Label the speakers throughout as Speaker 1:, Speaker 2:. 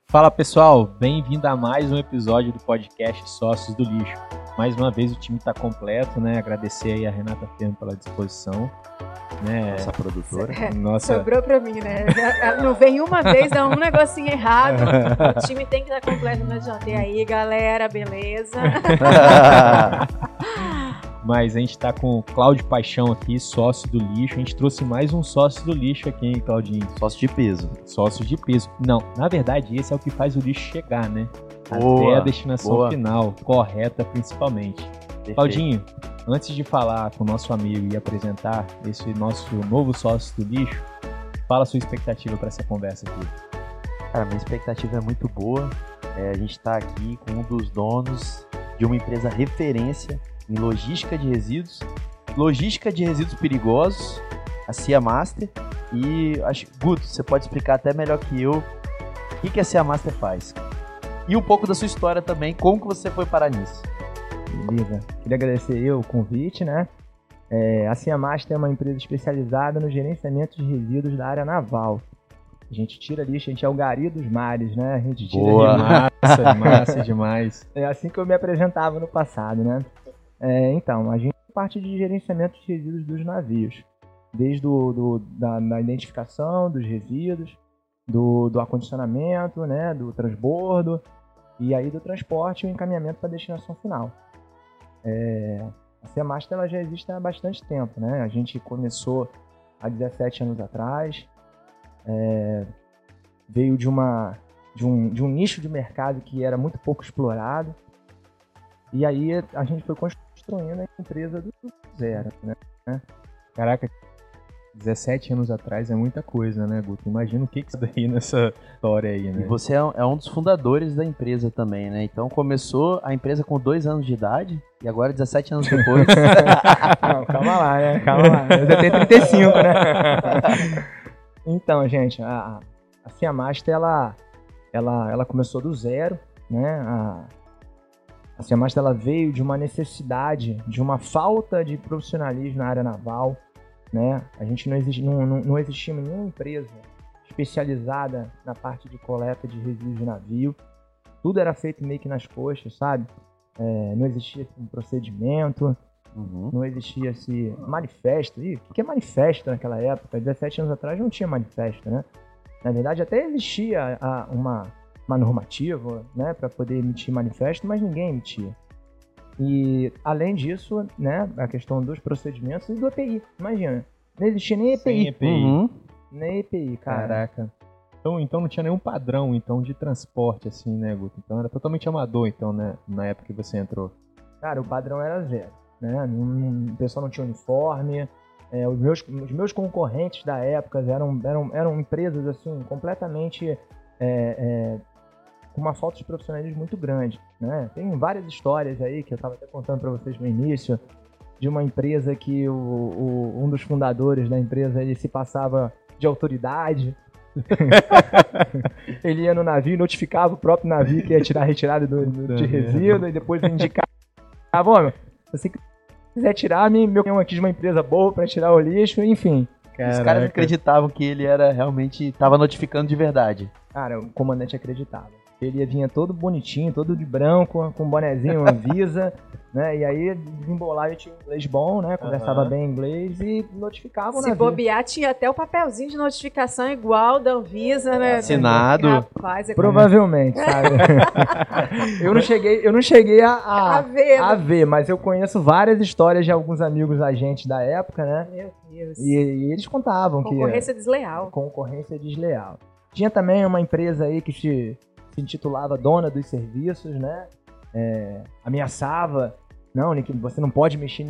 Speaker 1: Fala pessoal, bem-vindo a mais um episódio do podcast Sócios do Lixo. Mais uma vez o time está completo, né? Agradecer aí a Renata Fermo pela disposição, né?
Speaker 2: Nossa produtora.
Speaker 3: Sobrou pra mim, né? Ela não vem uma vez, dá um negocinho errado. O time tem que estar completo, né, Jota? E aí, galera, beleza?
Speaker 1: Mas a gente está com o Cláudio Paixão aqui, sócio do lixo. A gente trouxe mais um sócio do lixo aqui, hein, Claudinho?
Speaker 2: Sócio de peso.
Speaker 1: Sócio de peso. Não, na verdade, esse é o que faz o lixo chegar, né?
Speaker 2: Boa,
Speaker 1: até a destinação final, correta principalmente.
Speaker 2: Perfeito.
Speaker 1: Claudinho, antes de falar com o nosso amigo e apresentar esse nosso novo sócio do lixo, fala a sua expectativa para essa conversa aqui.
Speaker 2: Cara, minha expectativa é muito boa. A gente está aqui com um dos donos de uma empresa referência em logística de resíduos perigosos, a CIA Master. E acho que, Guto, você pode explicar até melhor que eu o que a CIA Master faz. E um pouco da sua história também, como que você foi parar nisso.
Speaker 4: Beleza. Queria agradecer o convite, né? A CIA Master é uma empresa especializada no gerenciamento de resíduos da área naval. A gente tira lixo, a gente é o gari dos mares, né? A gente tira
Speaker 1: Massa demais.
Speaker 4: É assim que eu me apresentava no passado, né? Então, a gente parte de gerenciamento de resíduos dos navios. Desde da identificação dos resíduos, do acondicionamento, né? Do transbordo, e aí do transporte e o encaminhamento para a destinação final. A CIA Master ela já existe há bastante tempo, né? A gente começou há 17 anos atrás, veio de um nicho de mercado que era muito pouco explorado, e aí a gente foi construindo a empresa do zero, né?
Speaker 1: Caraca, 17 anos atrás é muita coisa, né, Guto? Imagina o que isso daí nessa história aí, né?
Speaker 2: E você é um dos fundadores da empresa também, né? Então começou a empresa com 2 anos de idade e agora 17 anos depois...
Speaker 4: Não, calma lá, né? Calma lá. Eu já tenho 35, né? Então, gente, a CIA Master, ela começou do zero, né? A CIA Master ela veio de uma necessidade, de uma falta de profissionalismo na área naval, né? A gente não existia nenhuma empresa especializada na parte de coleta de resíduos de navio. Tudo era feito meio que nas coxas, sabe? Não existia um procedimento, não existia esse manifesto. O que é manifesto naquela época? 17 anos atrás não tinha manifesto, né? Na verdade, até existia uma normativa, né, para poder emitir manifesto, mas ninguém emitia. E, além disso, né, a questão dos procedimentos e do EPI. Imagina, não existia nem EPI.
Speaker 1: Sem EPI.
Speaker 4: Nem EPI, cara.
Speaker 1: Caraca. Então não tinha nenhum padrão, então, de transporte, assim, né, Guto? Então era totalmente amador, então, né, na época que você entrou.
Speaker 4: Cara, o padrão era zero, né? O pessoal não tinha uniforme. Os meus concorrentes da época eram empresas, assim, completamente... com uma falta de profissionalismo muito grande, né? Tem várias histórias aí que eu estava até contando para vocês no início, de uma empresa que um dos fundadores da empresa ele se passava de autoridade. Ele ia no navio, notificava o próprio navio que ia tirar a retirada de resíduo e depois indicava, se você quiser tirar, meu aqui de uma empresa boa para tirar o lixo, enfim.
Speaker 2: Caraca. Os caras acreditavam que ele era realmente, estava notificando de verdade.
Speaker 4: Cara, o comandante acreditava. Ele vinha todo bonitinho, todo de branco, com um bonezinho Anvisa, né? E aí desembolava, tinha um inglês bom, né? Conversava bem inglês e notificava o navio.
Speaker 3: Se bobear, tinha até o papelzinho de notificação igual da Anvisa, né?
Speaker 2: Assinado.
Speaker 3: Rapaz,
Speaker 4: provavelmente, sabe? Eu não cheguei a ver, mas eu conheço várias histórias de alguns amigos agentes da época, né?
Speaker 3: Meu Deus.
Speaker 4: E eles contavam
Speaker 3: Concorrência desleal.
Speaker 4: Concorrência desleal. Tinha também uma empresa aí que se intitulava Dona dos Serviços, né? Ameaçava, não, você não pode mexer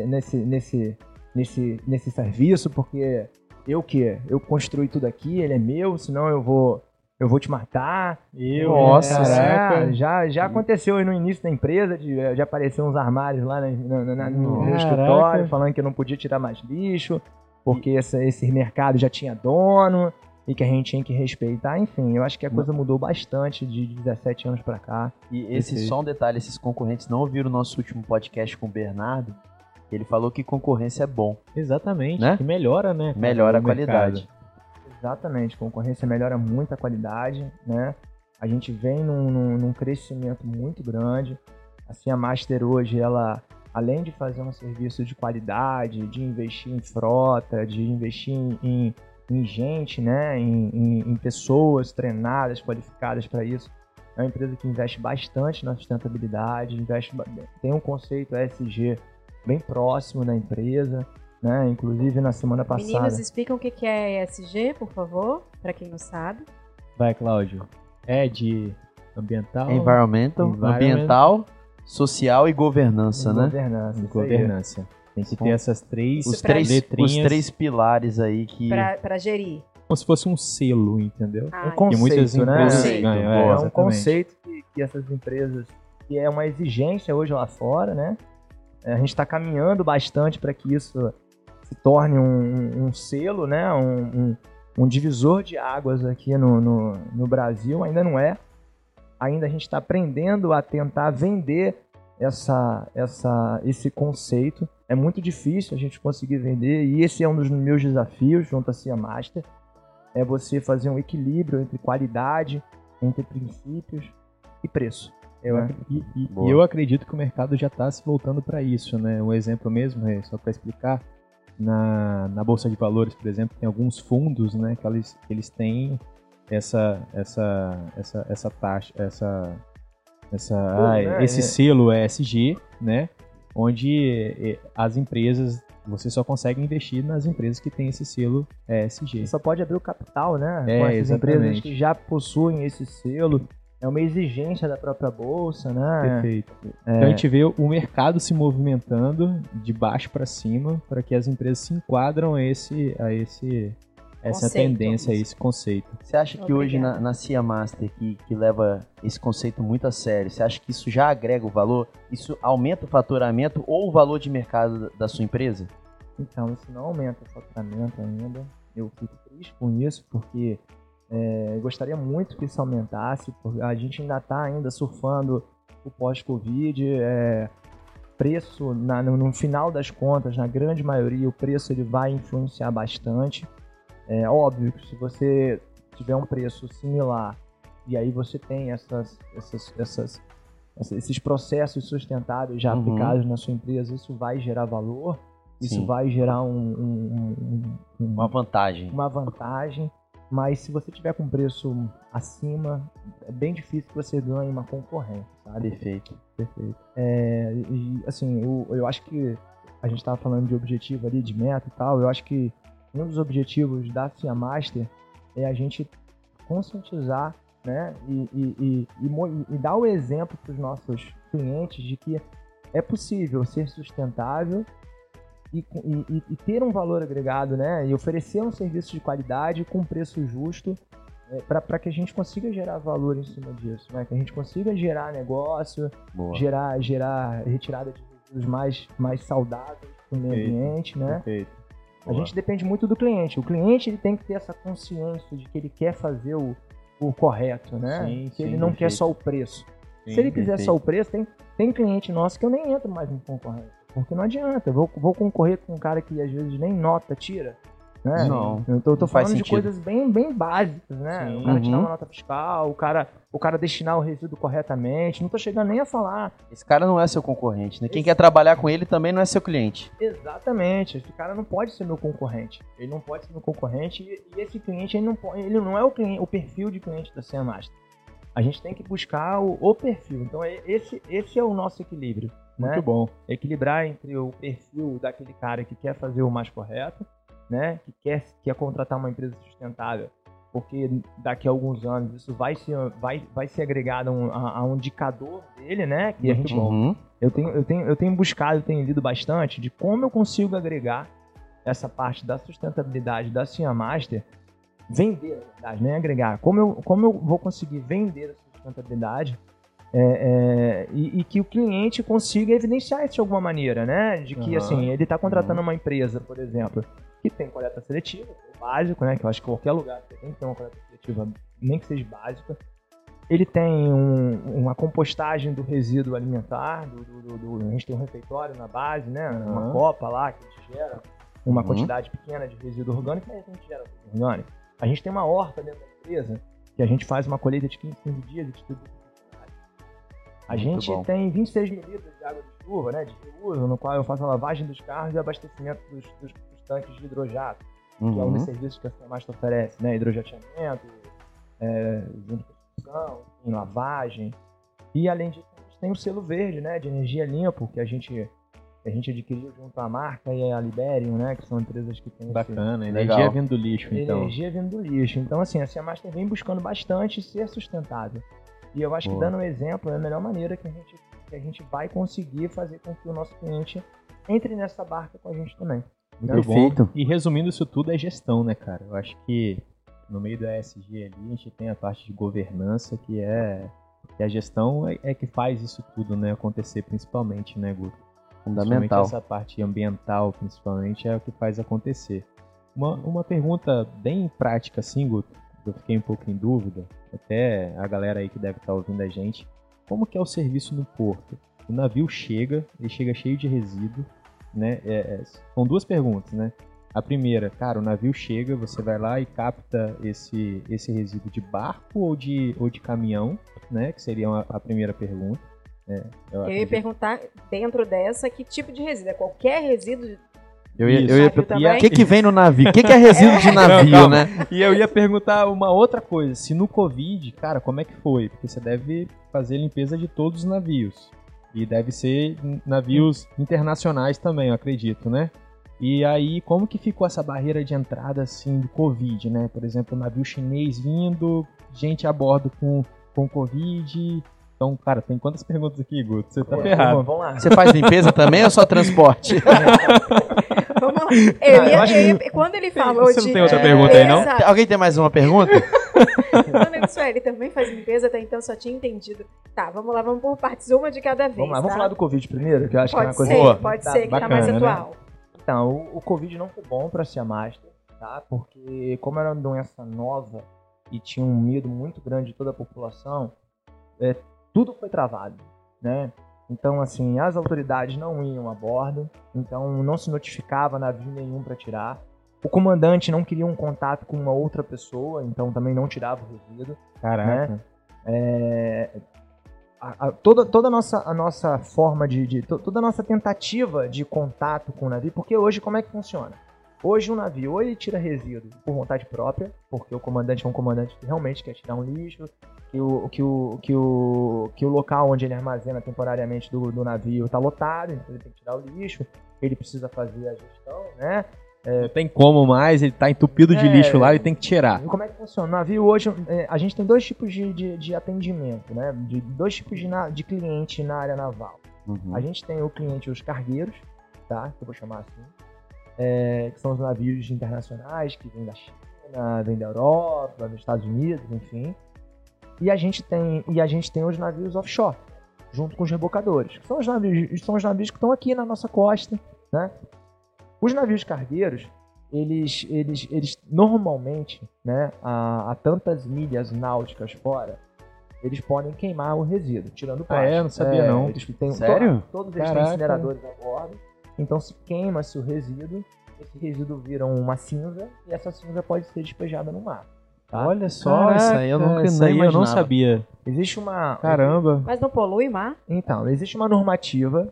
Speaker 4: nesse serviço porque eu construí tudo aqui, ele é meu, senão eu vou te matar.
Speaker 1: Nossa,
Speaker 4: já aconteceu aí no início da empresa de aparecer uns armários lá no escritório falando que eu não podia tirar mais lixo porque esse mercado já tinha dono e que a gente tinha que respeitar. Enfim, eu acho que a coisa mudou bastante de 17 anos pra cá.
Speaker 2: E só um detalhe, esses concorrentes não ouviram o nosso último podcast com o Bernardo. Ele falou que concorrência é bom.
Speaker 1: Exatamente,
Speaker 2: né?
Speaker 1: Que melhora, né?
Speaker 2: Melhora a qualidade.
Speaker 4: Exatamente, concorrência melhora muito a qualidade, né? A gente vem num crescimento muito grande. Assim, a Master hoje, ela, além de fazer um serviço de qualidade, de investir em frota, de investir em gente, né, em pessoas treinadas, qualificadas para isso, é uma empresa que investe bastante na sustentabilidade, tem um conceito ESG bem próximo da empresa, né? Inclusive na semana passada.
Speaker 3: Meninos, explicam o que é ESG, por favor, para quem não sabe.
Speaker 1: Vai, Cláudio. De ambiental,
Speaker 2: ambiental, social e governança, né?
Speaker 1: Governança. Tem que ter essas três
Speaker 2: letrinhas. Os três pilares aí que...
Speaker 3: Para gerir.
Speaker 1: Como se fosse um selo, entendeu?
Speaker 4: Um conceito,
Speaker 1: muitas empresas ganham.
Speaker 4: É um conceito que essas empresas, que é uma exigência hoje lá fora, né? A gente está caminhando bastante para que isso se torne um selo, né? Um divisor de águas aqui no Brasil. Ainda não é. Ainda a gente está aprendendo a tentar vender esse conceito. É muito difícil a gente conseguir vender, e esse é um dos meus desafios junto à CIA Master, é você fazer um equilíbrio entre qualidade, entre princípios e preço.
Speaker 1: Eu acredito que o mercado já está se voltando para isso, né? Um exemplo mesmo, só para explicar, na Bolsa de Valores, por exemplo, tem alguns fundos, né, que eles têm essa taxa, esse selo ESG, né? Onde as empresas, você só consegue investir nas empresas que têm esse selo ESG.
Speaker 4: Você só pode abrir o capital, né? Com essas empresas que já possuem esse selo. É uma exigência da própria bolsa, né?
Speaker 1: Perfeito. Então a gente vê o mercado se movimentando de baixo para cima para que as empresas se enquadram a essa tendência, a esse conceito.
Speaker 2: Você acha que hoje na CIA Master, que leva esse conceito muito a sério, você acha que isso já agrega o valor? Isso aumenta o faturamento ou o valor de mercado da sua empresa?
Speaker 4: Então, isso não aumenta o faturamento ainda. Eu fico triste com isso, porque eu gostaria muito que isso aumentasse, porque a gente ainda está surfando o pós-Covid. Preço, no final das contas, na grande maioria, o preço ele vai influenciar bastante. É óbvio que se você tiver um preço similar e aí você tem esses processos sustentáveis já aplicados na sua empresa, isso vai gerar valor, isso vai gerar
Speaker 2: uma vantagem.
Speaker 4: Mas se você tiver com preço acima, é bem difícil que você ganhe uma concorrência, sabe?
Speaker 2: Perfeito.
Speaker 4: E assim, eu acho que a gente estava falando de objetivo ali, de meta e tal, eu acho que um dos objetivos da CIA Master é a gente conscientizar, né, e dar o exemplo para os nossos clientes de que é possível ser sustentável e ter um valor agregado, né, e oferecer um serviço de qualidade com preço justo, para que a gente consiga gerar valor em cima disso, né, que a gente consiga gerar negócio, gerar retirada de resíduos mais saudáveis para o meio ambiente, né.
Speaker 1: Perfeito.
Speaker 4: A gente depende muito do cliente. O cliente ele tem que ter essa consciência de que ele quer fazer o correto, né? Que ele não quer só o preço. Se ele quiser só o preço, tem cliente nosso que eu nem entro mais em concorrência. Porque não adianta. Eu vou concorrer com um cara que às vezes nem nota tira. Né?
Speaker 2: Não.
Speaker 4: Eu tô falando de coisas bem básicas, né? Sim. O cara tirar uma nota fiscal, o cara destinar o resíduo corretamente. Não tô chegando nem a falar.
Speaker 2: Esse cara não é seu concorrente, né? Quem quer trabalhar com ele também não é seu cliente.
Speaker 4: Exatamente. Esse cara não pode ser meu concorrente. Ele não pode ser meu concorrente e esse cliente ele não é o perfil de cliente da CIA Master. A gente tem que buscar o perfil. Então esse é o nosso equilíbrio. Né?
Speaker 1: Muito bom.
Speaker 4: Equilibrar entre o perfil daquele cara que quer fazer o mais correto, né, que quer contratar uma empresa sustentável, porque daqui a alguns anos isso vai ser agregado a um indicador dele, né, que a gente, eu tenho buscado, eu tenho lido bastante de como eu consigo agregar essa parte da sustentabilidade da CIA Master, vender, na verdade, né, agregar, como eu vou conseguir vender essa sustentabilidade e que o cliente consiga evidenciar isso de alguma maneira, né, de que assim, ele está contratando uma empresa, por exemplo, que tem coleta seletiva, que é básico, né? Que eu acho que qualquer lugar você tem que ter uma coleta seletiva, nem que seja básica. Ele tem uma compostagem do resíduo alimentar, a gente tem um refeitório na base, né? Uma copa lá que a gente gera uma quantidade pequena de resíduo orgânico, mas a gente gera orgânico. A gente tem uma horta dentro da empresa que a gente faz uma colheita de 15 dias e distribui. A gente tem 26 mil litros de água de chuva, né, de reuso, no qual eu faço a lavagem dos carros e abastecimento dos tanques de hidrojato, que é um dos serviços que a Ciamasta oferece, né, hidrojateamento, construção, lavagem. E além disso, a gente tem o selo verde, né, de energia limpa, que a gente adquiriu junto à marca e a Liberium, né, que são empresas que têm
Speaker 1: bacana, energia vindo do lixo, então.
Speaker 4: Energia vindo do lixo. Então, assim, a Ciamasta vem buscando bastante ser sustentável. E eu acho que dando um exemplo é a melhor maneira que a gente vai conseguir fazer com que o nosso cliente entre nessa barca com a gente também.
Speaker 1: Muito Perfeito. Bom. E resumindo isso tudo é gestão, né, cara? Eu acho que no meio do ESG ali a gente tem a parte de governança que a gestão é que faz isso tudo, né, acontecer principalmente, né, Guto?
Speaker 2: Fundamental.
Speaker 1: Essa parte ambiental, principalmente, é o que faz acontecer. Uma pergunta bem prática, assim, Guto, eu fiquei um pouco em dúvida, até a galera aí que deve estar ouvindo a gente, como que é o serviço no porto? O navio chega, ele chega cheio de resíduo, né? São duas perguntas, né? A primeira, cara, o navio chega, você vai lá e capta esse resíduo de barco ou de caminhão, né? Que seria a primeira pergunta.
Speaker 3: Eu ia perguntar dentro dessa que tipo de resíduo? É qualquer resíduo?
Speaker 2: Eu ia perguntar o que vem no navio? O que é resíduo de navio, não, né?
Speaker 1: E eu ia perguntar uma outra coisa. Se no Covid, cara, como é que foi? Porque você deve fazer limpeza de todos os navios. E deve ser navios internacionais também, eu acredito, né? E aí, como que ficou essa barreira de entrada, assim, do Covid, né? Por exemplo, navio chinês vindo, gente a bordo com Covid. Então, cara, tem quantas perguntas aqui, Guto? Você tá ferrado.
Speaker 4: Vamos lá.
Speaker 2: Você faz limpeza também ou só transporte?
Speaker 3: Vamos lá. Quando ele falou
Speaker 1: Você não tem outra pergunta aí, não?
Speaker 3: Exato.
Speaker 2: Alguém tem mais uma pergunta?
Speaker 3: Quando ele disse, ele também faz limpeza, até então só tinha entendido. Tá, vamos lá, vamos por partes, uma de cada vez.
Speaker 4: Vamos lá,
Speaker 3: tá?
Speaker 4: vamos falar do Covid primeiro, que eu acho
Speaker 3: pode
Speaker 4: que é uma coisa
Speaker 3: boa. Pode ser, que
Speaker 1: bacana,
Speaker 3: tá mais
Speaker 1: né?
Speaker 3: atual.
Speaker 4: Então, o Covid não foi bom para a Ciamasta, tá? Porque como era uma doença nova e tinha um medo muito grande de toda a população, tudo foi travado, né? Então, assim, as autoridades não iam a bordo, então não se notificava navio nenhum para tirar. O comandante não queria um contato com uma outra pessoa, então também não tirava o resíduo.
Speaker 1: Caraca.
Speaker 4: Né? Toda a nossa forma toda a nossa tentativa de contato com o navio, porque hoje como é que funciona? Hoje um navio, ou ele tira resíduo por vontade própria, porque o comandante é um comandante que realmente quer tirar um lixo, que o local onde ele armazena temporariamente do navio está lotado, então ele tem que tirar o lixo, ele precisa fazer a gestão, né?
Speaker 1: Não tem como mais, ele tá entupido de lixo lá, ele tem que tirar.
Speaker 4: E como é que funciona? No navio hoje, a gente tem dois tipos de atendimento, né? Dois tipos de cliente na área naval. A gente tem o cliente, os cargueiros, tá? Que eu vou chamar assim. Que são os navios internacionais que vêm da China, vêm da Europa, dos Estados Unidos, enfim. E a gente tem os navios offshore, junto com os rebocadores, que são os navios que estão aqui na nossa costa, né? Os navios cargueiros, eles normalmente, né, a tantas milhas náuticas fora, eles podem queimar o resíduo, tirando o plástico.
Speaker 1: Não sabia não.
Speaker 2: Sério?
Speaker 4: Todos eles têm incineradores a bordo. Então, se queima-se o resíduo, esse resíduo vira uma cinza e essa cinza pode ser despejada no mar. Tá?
Speaker 1: Olha só, isso aí eu não sabia.
Speaker 4: Existe uma...
Speaker 1: Caramba.
Speaker 3: Mas não polui mar?
Speaker 4: Então, existe uma normativa,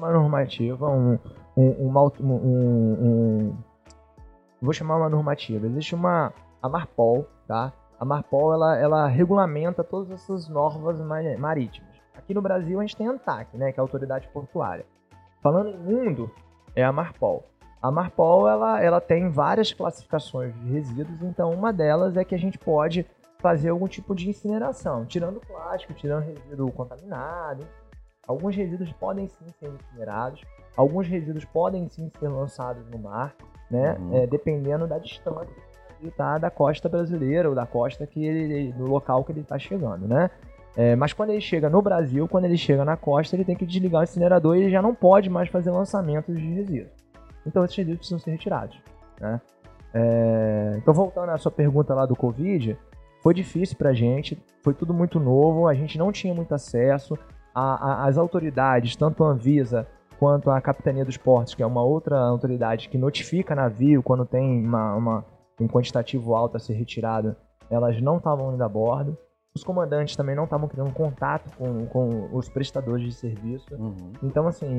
Speaker 4: vou chamar uma normativa. Existe a Marpol, tá? A Marpol, ela regulamenta todas essas normas marítimas. Aqui no Brasil a gente tem a ANTAC, né, que é a Autoridade Portuária. Falando em mundo, é a Marpol. A Marpol, ela tem várias classificações de resíduos, então uma delas é que a gente pode fazer algum tipo de incineração, tirando plástico, tirando resíduo contaminado. Alguns resíduos podem sim ser incinerados, alguns resíduos podem sim ser lançados no mar, né? Dependendo da distância que está da costa brasileira ou da costa do local que ele está chegando, né? Mas quando ele chega no Brasil, quando ele chega na costa, ele tem que desligar o incinerador e ele já não pode mais fazer lançamentos de resíduos. Então esses resíduos precisam ser retirados, né? Então voltando à sua pergunta lá do Covid, foi difícil pra gente, foi tudo muito novo, a gente não tinha muito acesso, as autoridades, tanto a Anvisa quanto a Capitania dos Portos, que é uma outra autoridade que notifica navio quando tem um quantitativo alto a ser retirado, elas não estavam indo a bordo. Os comandantes também não estavam criando contato com os prestadores de serviço. Então, assim,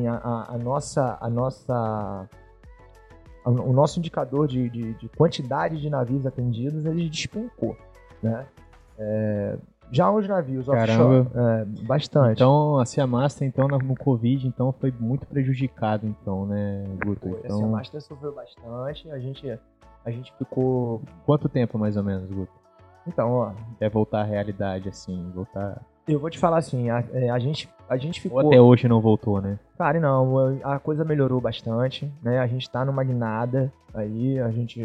Speaker 4: o nosso indicador de quantidade de navios atendidos, ele despencou, né? Já os navios offshore, bastante.
Speaker 1: Então, a Sea Master, então, no Covid, então, foi muito prejudicado, então, né, Guto?
Speaker 4: A Sea Master sofreu bastante, a gente ficou...
Speaker 1: Quanto tempo, mais ou menos, Guto?
Speaker 4: Então, ó...
Speaker 1: Quer voltar à realidade, assim, voltar...
Speaker 4: Eu vou te falar assim, a gente ficou...
Speaker 1: Ou até hoje não voltou, né?
Speaker 4: Cara, não, a coisa melhorou bastante, né? A gente tá numa guinada aí, a gente...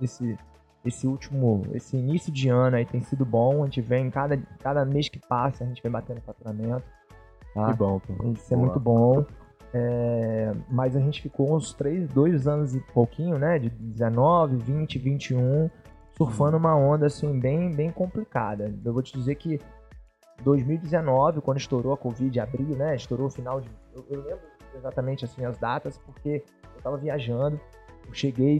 Speaker 4: Esse início de ano aí tem sido bom, a gente vem, cada mês que passa, a gente vem batendo faturamento. Tá?
Speaker 1: Que bom, pô.
Speaker 4: Isso é muito bom. Mas a gente ficou uns 2 anos e pouquinho, né? De 19, 20, 21, surfando uma onda assim, bem complicada. Eu vou te dizer que 2019, quando estourou a Covid, abril, né? Estourou o final de... Eu lembro exatamente assim as datas, porque eu tava viajando. Eu cheguei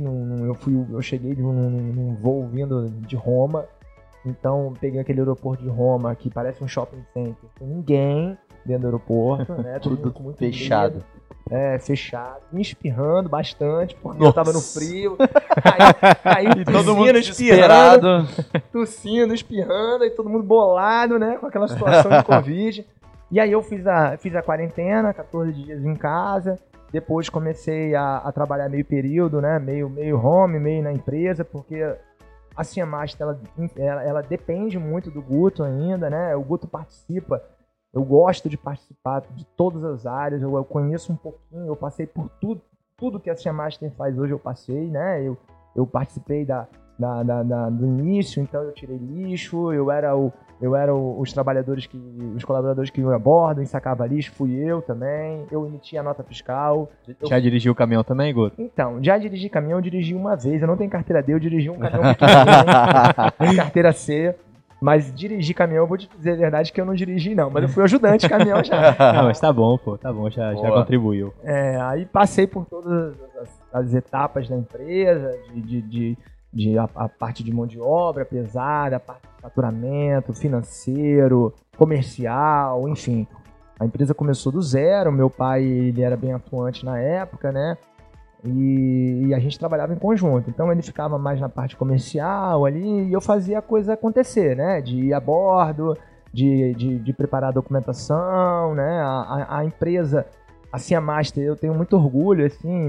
Speaker 4: num voo vindo de Roma, então peguei aquele aeroporto de Roma que parece um shopping center, com ninguém dentro do aeroporto, né?
Speaker 2: Tudo muito fechado.
Speaker 4: Fechado, me espirrando bastante, porque eu tava no frio, aí
Speaker 2: todo mundo desesperado,
Speaker 4: tossindo, espirrando, e todo mundo bolado, né, com aquela situação de Covid. E aí eu fiz a quarentena, 14 dias em casa. Depois comecei a trabalhar meio período, né? Meio home, meio na empresa, porque a Sea Master, ela depende muito do Guto ainda, né? O Guto participa, eu gosto de participar de todas as áreas, eu conheço um pouquinho, eu passei por tudo que a Sea Master faz hoje eu passei, né? Eu participei do início, então eu tirei lixo, eu era os colaboradores que iam a bordo, ensacava lixo, fui eu também, eu emitia a nota fiscal.
Speaker 1: Já dirigiu o caminhão também, Guto?
Speaker 4: Então, já dirigi caminhão, eu dirigi uma vez, eu não tenho carteira D, eu dirigi um caminhão pequenininho, tenho carteira C, mas dirigir caminhão, eu vou te dizer a verdade que eu não dirigi não, mas eu fui ajudante de caminhão já.
Speaker 1: Não, mas tá bom, pô, já contribuiu.
Speaker 4: Aí passei por todas as etapas da empresa, a parte de mão de obra pesada, a parte de faturamento, financeiro, comercial, enfim. A empresa começou do zero, meu pai ele era bem atuante na época, né? E a gente trabalhava em conjunto. Então ele ficava mais na parte comercial ali e eu fazia a coisa acontecer, né? De ir a bordo, de preparar a documentação, né? A empresa, a Sea Master, eu tenho muito orgulho, assim,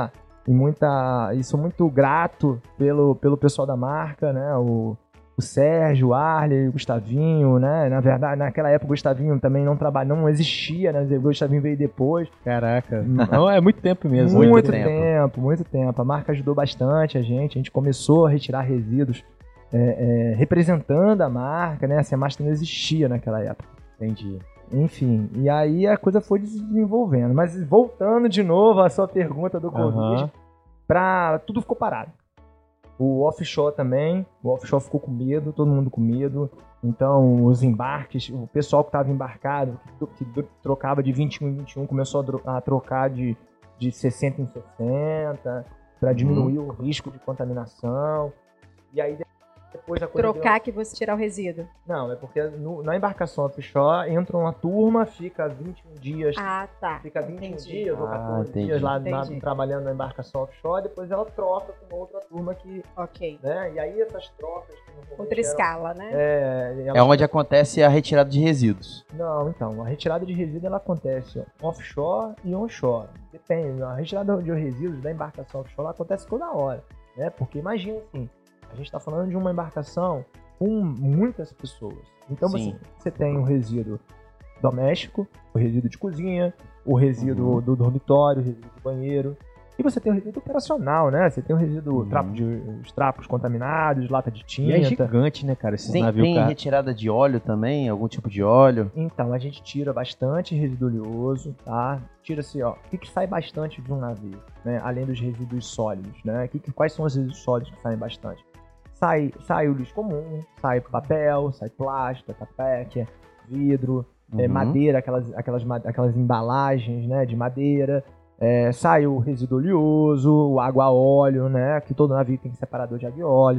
Speaker 4: e sou muito grato pelo pessoal da marca, né? O Sérgio, o Arley, o Gustavinho, né? Na verdade, naquela época o Gustavinho também não existia, né? O Gustavinho veio depois.
Speaker 1: Caraca, não, é muito tempo mesmo.
Speaker 4: Muito tempo. A marca ajudou bastante a gente começou a retirar resíduos representando a marca, né? A Sea Master não existia naquela época.
Speaker 1: Entendi.
Speaker 4: Enfim, e aí a coisa foi desenvolvendo. Mas voltando de novo à sua pergunta do Covid, tudo ficou parado. O offshore também, ficou com medo, todo mundo com medo. Então, os embarques, o pessoal que estava embarcado, que trocava de 21 em 21, começou a trocar de 60 em 60, para diminuir o risco de contaminação. E aí, depois a coisa
Speaker 3: trocar que você tirar o resíduo.
Speaker 4: Não, é porque na embarcação offshore entra uma turma, fica 21 dias.
Speaker 3: Ah, tá.
Speaker 4: Fica 21 dias ou 14 dias lá trabalhando na embarcação offshore, depois ela troca com outra turma que...
Speaker 3: Ok.
Speaker 4: Né? E aí essas trocas...
Speaker 3: Outra escala, né?
Speaker 2: É onde acontece a retirada de resíduos.
Speaker 4: Não, então, a retirada de resíduos ela acontece offshore e onshore. Depende, a retirada de resíduos da embarcação offshore ela acontece toda hora, né? Porque imagina assim, a gente está falando de uma embarcação com muitas pessoas. Então você tem o resíduo doméstico, o resíduo de cozinha, o resíduo do dormitório, o resíduo do banheiro. E você tem o resíduo operacional, né? Você tem o resíduo os trapos contaminados, lata de tinta.
Speaker 1: E é gigante, né, cara?
Speaker 2: Tem retirada de óleo também? Algum tipo de óleo?
Speaker 4: Então, a gente tira bastante resíduo oleoso, tá? Tira-se, ó, o que sai bastante de um navio, né? Além dos resíduos sólidos, né? Quais são os resíduos sólidos que saem bastante? Sai o lixo comum, sai papel, sai plástico, tapete, vidro, madeira, aquelas embalagens, né, de madeira. Sai o resíduo oleoso, o água a óleo, né? Que todo navio tem separador de água e óleo.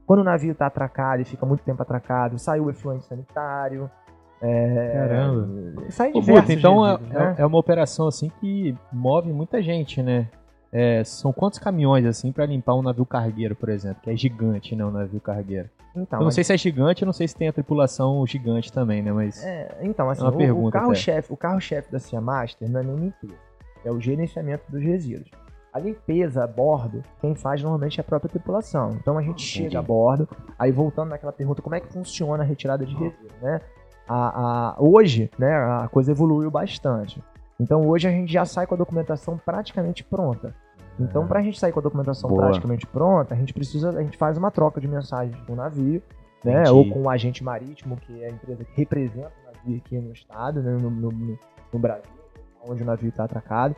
Speaker 4: Quando o navio está atracado e fica muito tempo atracado, sai o efluente sanitário.
Speaker 1: Caramba.
Speaker 4: Sai diversos
Speaker 1: então
Speaker 4: resíduos, né?
Speaker 1: é uma operação assim que move muita gente, né? São quantos caminhões assim para limpar um navio cargueiro, por exemplo, que é gigante, né, um navio cargueiro?
Speaker 4: Então,
Speaker 1: eu não sei se é gigante, eu não sei se tem a tripulação gigante também, né? Mas
Speaker 4: então, assim,
Speaker 1: uma pergunta
Speaker 4: o carro-chefe da Sea Master não é nem limpeza, é o gerenciamento dos resíduos. A limpeza a bordo, quem faz normalmente é a própria tripulação. Então a gente chega a bordo, aí voltando naquela pergunta, como é que funciona a retirada de resíduos, né? Hoje, né, a coisa evoluiu bastante. Então hoje a gente já sai com a documentação praticamente pronta. Então para a gente sair com a documentação praticamente pronta, a gente faz uma troca de mensagens com o navio, né, ou com o agente marítimo, que é a empresa que representa o navio aqui no estado, né, no Brasil, onde o navio está atracado.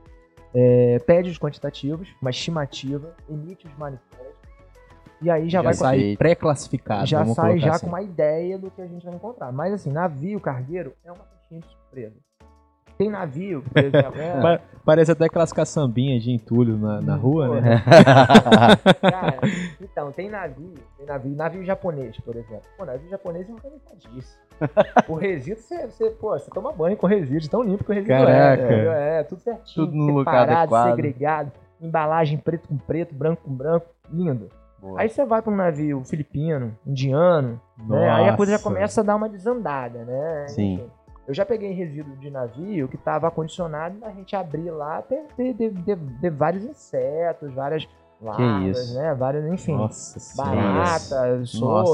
Speaker 4: Pede os quantitativos, uma estimativa, emite os manifestos, e aí já vai
Speaker 1: sair pré-classificado.
Speaker 4: Já sai já com uma ideia do que a gente vai encontrar. Mas assim, navio cargueiro é uma caixinha de surpresa. Tem navio, por exemplo.
Speaker 1: Parece até aquelas caçambinhas de entulho na rua, né?
Speaker 4: Cara, então, tem navio japonês, por exemplo. Navio japonês é organizadíssimo. O resíduo, você toma banho com resíduo, tão limpo que o resíduo tudo certinho,
Speaker 2: tudo no lugar adequado,
Speaker 4: segregado, embalagem preto com preto, branco com branco, lindo. Boa. Aí você vai para um navio filipino, indiano, né? Aí a coisa já começa a dar uma desandada, né?
Speaker 2: Sim.
Speaker 4: Enfim, eu já peguei resíduo de navio que estava acondicionado, a gente abrir lá, ter vários insetos, várias larvas, né? Várias, enfim, baratas,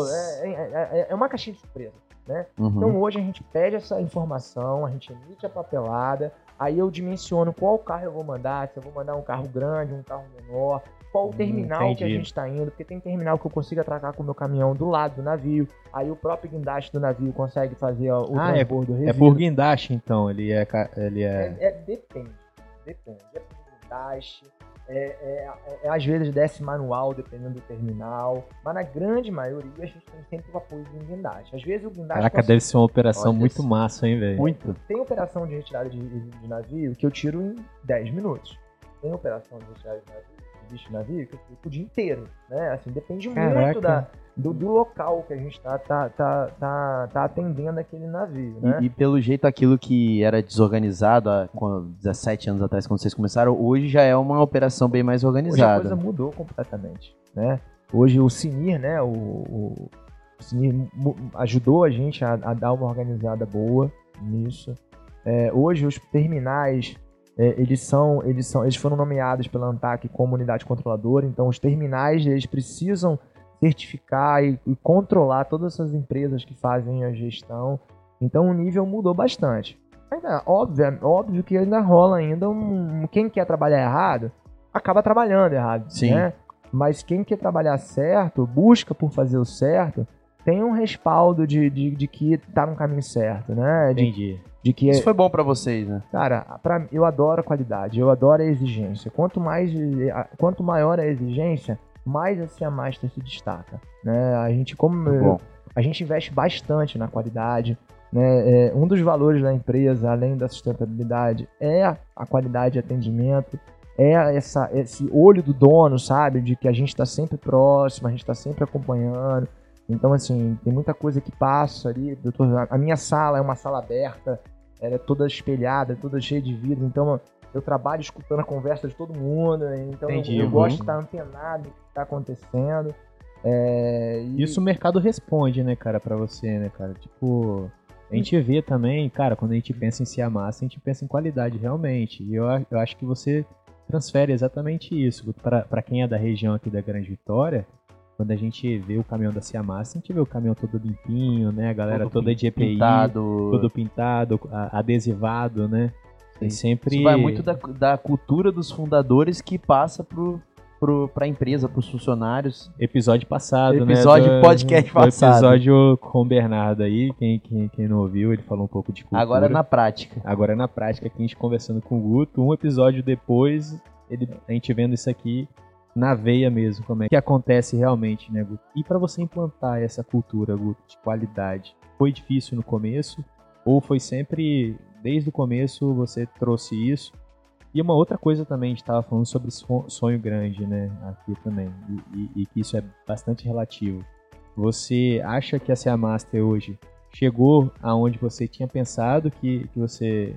Speaker 4: é uma caixinha de surpresa, né? Então hoje a gente pede essa informação, a gente emite a papelada, aí eu dimensiono qual carro eu vou mandar, se eu vou mandar um carro grande, um carro menor, qual o terminal que a gente está indo, porque tem terminal que eu consigo atracar com o meu caminhão do lado do navio, aí o próprio guindaste do navio consegue fazer o transbordo do resíduo.
Speaker 1: É por guindaste, então, depende
Speaker 4: é por guindaste, às vezes desce manual, dependendo do terminal, mas na grande maioria a gente tem sempre o apoio de um guindaste. Às vezes o guindaste...
Speaker 1: Caraca, deve ser uma operação muito massa, hein, velho?
Speaker 2: Muito.
Speaker 4: Tem operação de retirada de navio que eu tiro em 10 minutos. Tem operação de retirada de navio que eu fico o dia inteiro, né? Assim, depende muito do local que a gente tá atendendo aquele navio, né?
Speaker 2: E pelo jeito aquilo que era desorganizado há 17 anos atrás, quando vocês começaram, hoje já é uma operação bem mais organizada.
Speaker 4: Hoje a coisa mudou completamente, né? Hoje o Sinir, né? O Sinir ajudou a gente a dar uma organizada boa nisso. Hoje os terminais eles foram nomeados pela ANTAC como unidade controladora, então os terminais eles precisam certificar e controlar todas essas empresas que fazem a gestão, então o nível mudou bastante. Ainda, óbvio que ainda rola ainda quem quer trabalhar errado, acaba trabalhando errado,
Speaker 2: sim,
Speaker 4: né? Mas quem quer trabalhar certo, busca por fazer o certo, tem um respaldo de que tá no caminho certo, né?
Speaker 1: Entendi.
Speaker 2: Isso foi bom pra vocês, né?
Speaker 4: Cara, eu adoro a qualidade, eu adoro a exigência. Quanto maior a exigência, mais a Sea Master se destaca, né? A gente investe bastante na qualidade, né? Um dos valores da empresa, além da sustentabilidade, é a qualidade de atendimento, esse olho do dono, sabe? De que a gente está sempre próximo, a gente está sempre acompanhando. Então, assim, tem muita coisa que passa ali. A minha sala é uma sala aberta, ela é toda espelhada, toda cheia de vidro. Então, eu trabalho escutando a conversa de todo mundo. Então, eu gosto de estar antenado no que está acontecendo.
Speaker 1: Isso o mercado responde, né, cara, pra você, né, cara? Tipo, a gente vê também, cara, quando a gente pensa em Sea Master, a gente pensa em qualidade, realmente. E eu acho que você transfere exatamente isso. Pra quem é da região aqui da Grande Vitória, quando a gente vê o caminhão da Sea Master, a gente vê o caminhão todo limpinho, né? A galera toda de EPI, todo pintado, adesivado, né? E sempre...
Speaker 2: Isso vai muito da cultura dos fundadores que passa pra empresa, pros funcionários.
Speaker 1: Episódio passado,
Speaker 2: podcast passado.
Speaker 1: Episódio com o Bernardo aí, quem não ouviu, ele falou um pouco de cultura.
Speaker 2: Agora na prática,
Speaker 1: aqui a gente conversando com o Guto, um episódio depois, a gente vendo isso aqui na veia mesmo, como é que acontece realmente, né, Guto? E para você implantar essa cultura, Guto, de qualidade, foi difícil no começo? Ou foi sempre, desde o começo, você trouxe isso? E uma outra coisa também, a gente estava falando sobre sonho grande, né, aqui também, e que isso é bastante relativo. Você acha que a CA Master hoje chegou aonde você tinha pensado que você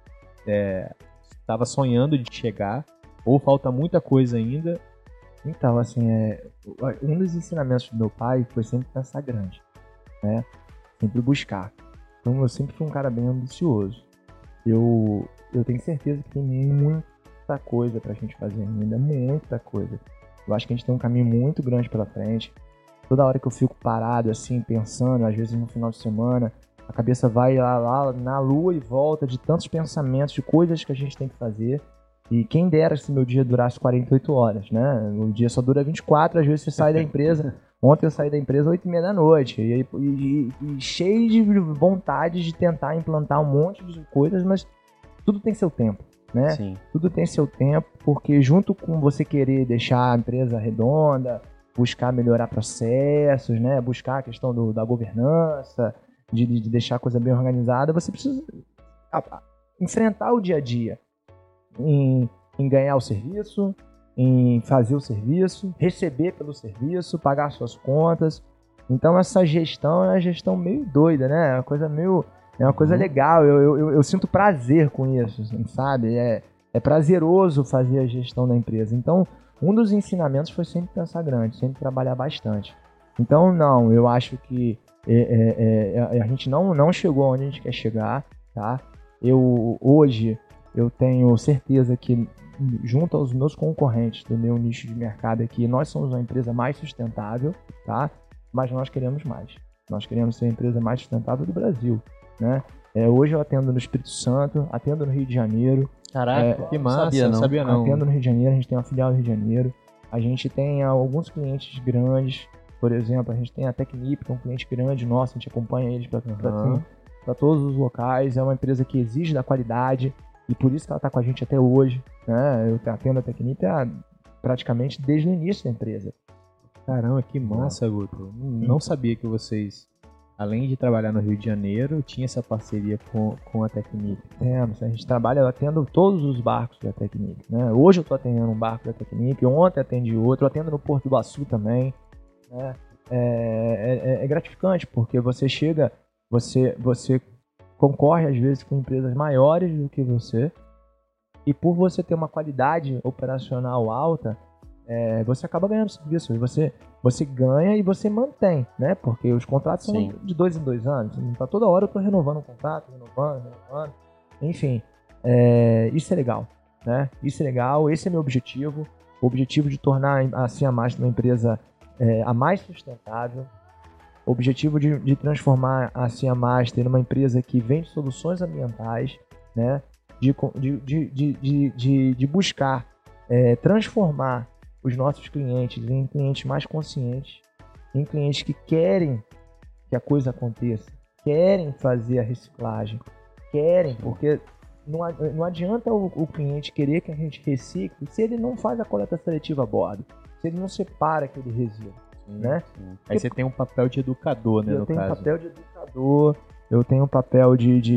Speaker 1: estava sonhando de chegar, ou falta muita coisa ainda?
Speaker 4: Então, assim, um dos ensinamentos do meu pai foi sempre pensar grande, né? Sempre buscar. Então, eu sempre fui um cara bem ambicioso. Eu tenho certeza que tem muita coisa pra gente fazer ainda, muita coisa. Eu acho que a gente tem um caminho muito grande pela frente. Toda hora que eu fico parado, assim, pensando, às vezes no final de semana, a cabeça vai lá na lua e volta de tantos pensamentos, de coisas que a gente tem que fazer. E quem dera se meu dia durasse 48 horas, né? O dia só dura 24, às vezes você sai da empresa. Ontem eu saí da empresa às 8h30 da noite. E cheio de vontade de tentar implantar um monte de coisas, mas tudo tem seu tempo, né?
Speaker 2: Sim.
Speaker 4: Tudo tem seu tempo, porque junto com você querer deixar a empresa redonda, buscar melhorar processos, né? Buscar a questão da governança, de deixar a coisa bem organizada, você precisa enfrentar o dia a dia. Em ganhar o serviço, em fazer o serviço, receber pelo serviço, pagar suas contas. Então essa gestão é uma gestão meio doida, né? É uma coisa legal. Eu sinto prazer com isso, sabe? É prazeroso fazer a gestão da empresa. Então, um dos ensinamentos foi sempre pensar grande, sempre trabalhar bastante. Então, não, eu acho que a gente não chegou onde a gente quer chegar, tá? Hoje eu tenho certeza que, junto aos meus concorrentes do meu nicho de mercado aqui, nós somos uma empresa mais sustentável, tá? Mas nós queremos mais. Nós queremos ser a empresa mais sustentável do Brasil, né? Hoje eu atendo no Espírito Santo, atendo no Rio de Janeiro.
Speaker 1: Caraca, que massa, sabia não.
Speaker 4: Atendo no Rio de Janeiro, a gente tem uma filial no Rio de Janeiro. A gente tem alguns clientes grandes, por exemplo, a gente tem a Tecnip, que é um cliente grande nosso, a gente acompanha eles para todos os locais. É uma empresa que exige da qualidade, e por isso que ela está com a gente até hoje, né? Eu atendo a Tecnip praticamente desde o início da empresa.
Speaker 1: Caramba, que massa, Guto. Não sabia que vocês, além de trabalhar no Rio de Janeiro, tinha essa parceria com a Tecnip.
Speaker 4: Temos, a gente trabalha, eu atendo todos os barcos da Tecnip, né? Hoje eu estou atendendo um barco da Tecnip, ontem atendi outro, eu atendo no Porto do Iguaçu também, né? É gratificante, porque você chega, você concorre às vezes com empresas maiores do que você, e por você ter uma qualidade operacional alta, você acaba ganhando serviço, você ganha e você mantém, né? Porque os contratos são de 2 em 2 anos, então toda hora eu estou renovando o contrato, renovando, enfim, isso é legal, né? Isso é legal, esse é meu objetivo, o objetivo de tornar a CA Master uma empresa a mais sustentável, o objetivo de transformar a CA Master numa empresa que vende soluções ambientais, né? De buscar transformar os nossos clientes em clientes mais conscientes, em clientes que querem que a coisa aconteça, querem fazer a reciclagem, porque não adianta o cliente querer que a gente recicle se ele não faz a coleta seletiva a bordo, se ele não separa aquele resíduo, né?
Speaker 1: Aí você tem um papel de educador, né, no caso. Eu tenho um papel de
Speaker 4: educador, eu tenho um papel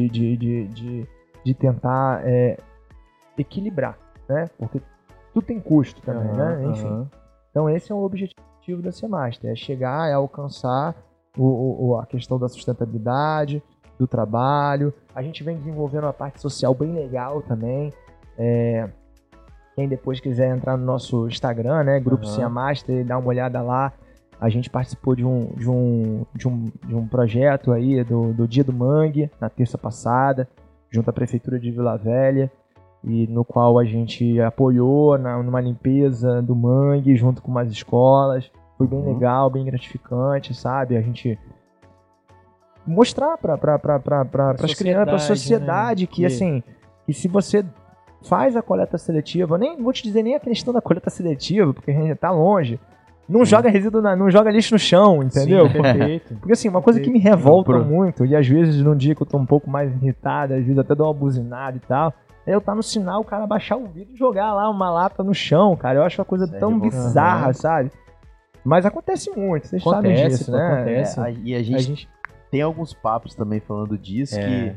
Speaker 4: de tentar equilibrar, né? Porque tudo tem custo também, né? Enfim. Então esse é o objetivo da CA Master, é chegar, alcançar a questão da sustentabilidade, do trabalho. A gente vem desenvolvendo uma parte social bem legal também. Quem depois quiser entrar no nosso Instagram, né? Grupo CA Master, dá uma olhada lá. A gente participou de um projeto aí do Dia do Mangue, na terça passada, junto à Prefeitura de Vila Velha, e no qual a gente apoiou numa limpeza do mangue junto com umas escolas. Foi bem legal, bem gratificante, sabe? A gente mostrar para as crianças, para a sociedade, né? Que assim, que se você faz a coleta seletiva, nem vou te dizer nem a questão da coleta seletiva, porque a gente tá longe. Não joga resíduo, não joga lixo no chão, entendeu?
Speaker 1: Sim, perfeito.
Speaker 4: Porque assim, uma coisa que me revolta muito, e às vezes num dia que eu tô um pouco mais irritado, às vezes até dou uma buzinada e tal, é eu tá no sinal, o cara baixar o vidro e jogar lá uma lata no chão, cara. Eu acho uma coisa tão bizarra, sabe? Mas acontece muito, vocês sabem disso, né?
Speaker 2: Acontece. E a gente tem alguns papos também falando disso, que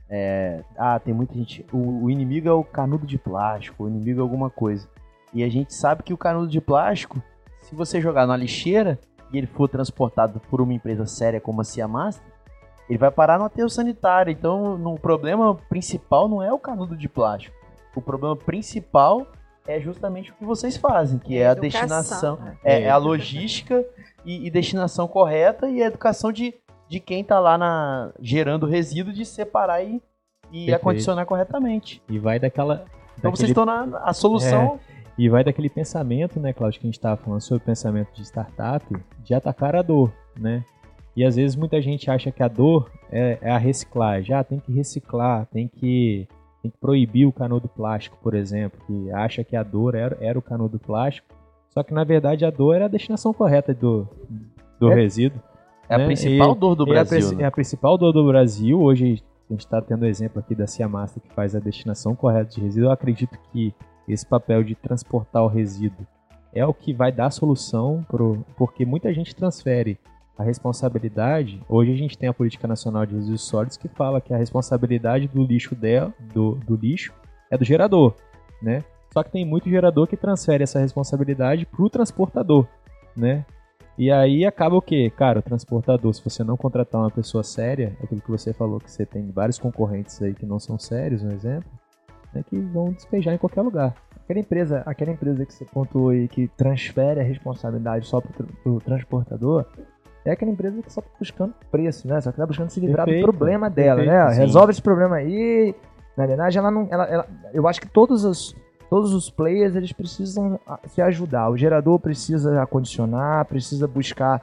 Speaker 2: tem muita gente, o inimigo é o canudo de plástico, o inimigo é alguma coisa. E a gente sabe que o canudo de plástico, se você jogar na lixeira e ele for transportado por uma empresa séria como a Cia Master, ele vai parar no aterro sanitário. Então, o problema principal não é o canudo de plástico. O problema principal é justamente o que vocês fazem, que é a destinação, a logística e destinação correta e a educação de quem está lá gerando resíduo, de separar e acondicionar corretamente.
Speaker 1: E vai daquela...
Speaker 2: Então vocês estão a solução...
Speaker 1: E vai daquele pensamento, né, Cláudio, que a gente estava falando sobre o pensamento de startup, de atacar a dor, né? E às vezes muita gente acha que a dor é a reciclagem. Tem que reciclar, tem que proibir o canudo plástico, por exemplo, que acha que a dor era o canudo plástico, só que na verdade a dor era a destinação correta do resíduo.
Speaker 2: É a principal dor do Brasil.
Speaker 1: É a principal dor do Brasil. Hoje a gente está tendo o exemplo aqui da Cia Master, que faz a destinação correta de resíduo. Eu acredito que esse papel de transportar o resíduo é o que vai dar a solução, porque muita gente transfere a responsabilidade. Hoje a gente tem a Política Nacional de Resíduos Sólidos que fala que a responsabilidade do lixo do lixo é do gerador, né? Só que tem muito gerador que transfere essa responsabilidade para o transportador, né? E aí acaba o quê? Cara, o transportador, se você não contratar uma pessoa séria, aquilo que você falou, que você tem vários concorrentes aí que não são sérios, um exemplo, né, que vão despejar em qualquer lugar.
Speaker 4: Aquela empresa que você pontuou aí, que transfere a responsabilidade só para o transportador, é aquela empresa que só está buscando preço, né? Só que está buscando se livrar do problema dela, né? Sim. Resolve esse problema aí. Na verdade, eu acho que todos os players, eles precisam se ajudar. O gerador precisa acondicionar, precisa buscar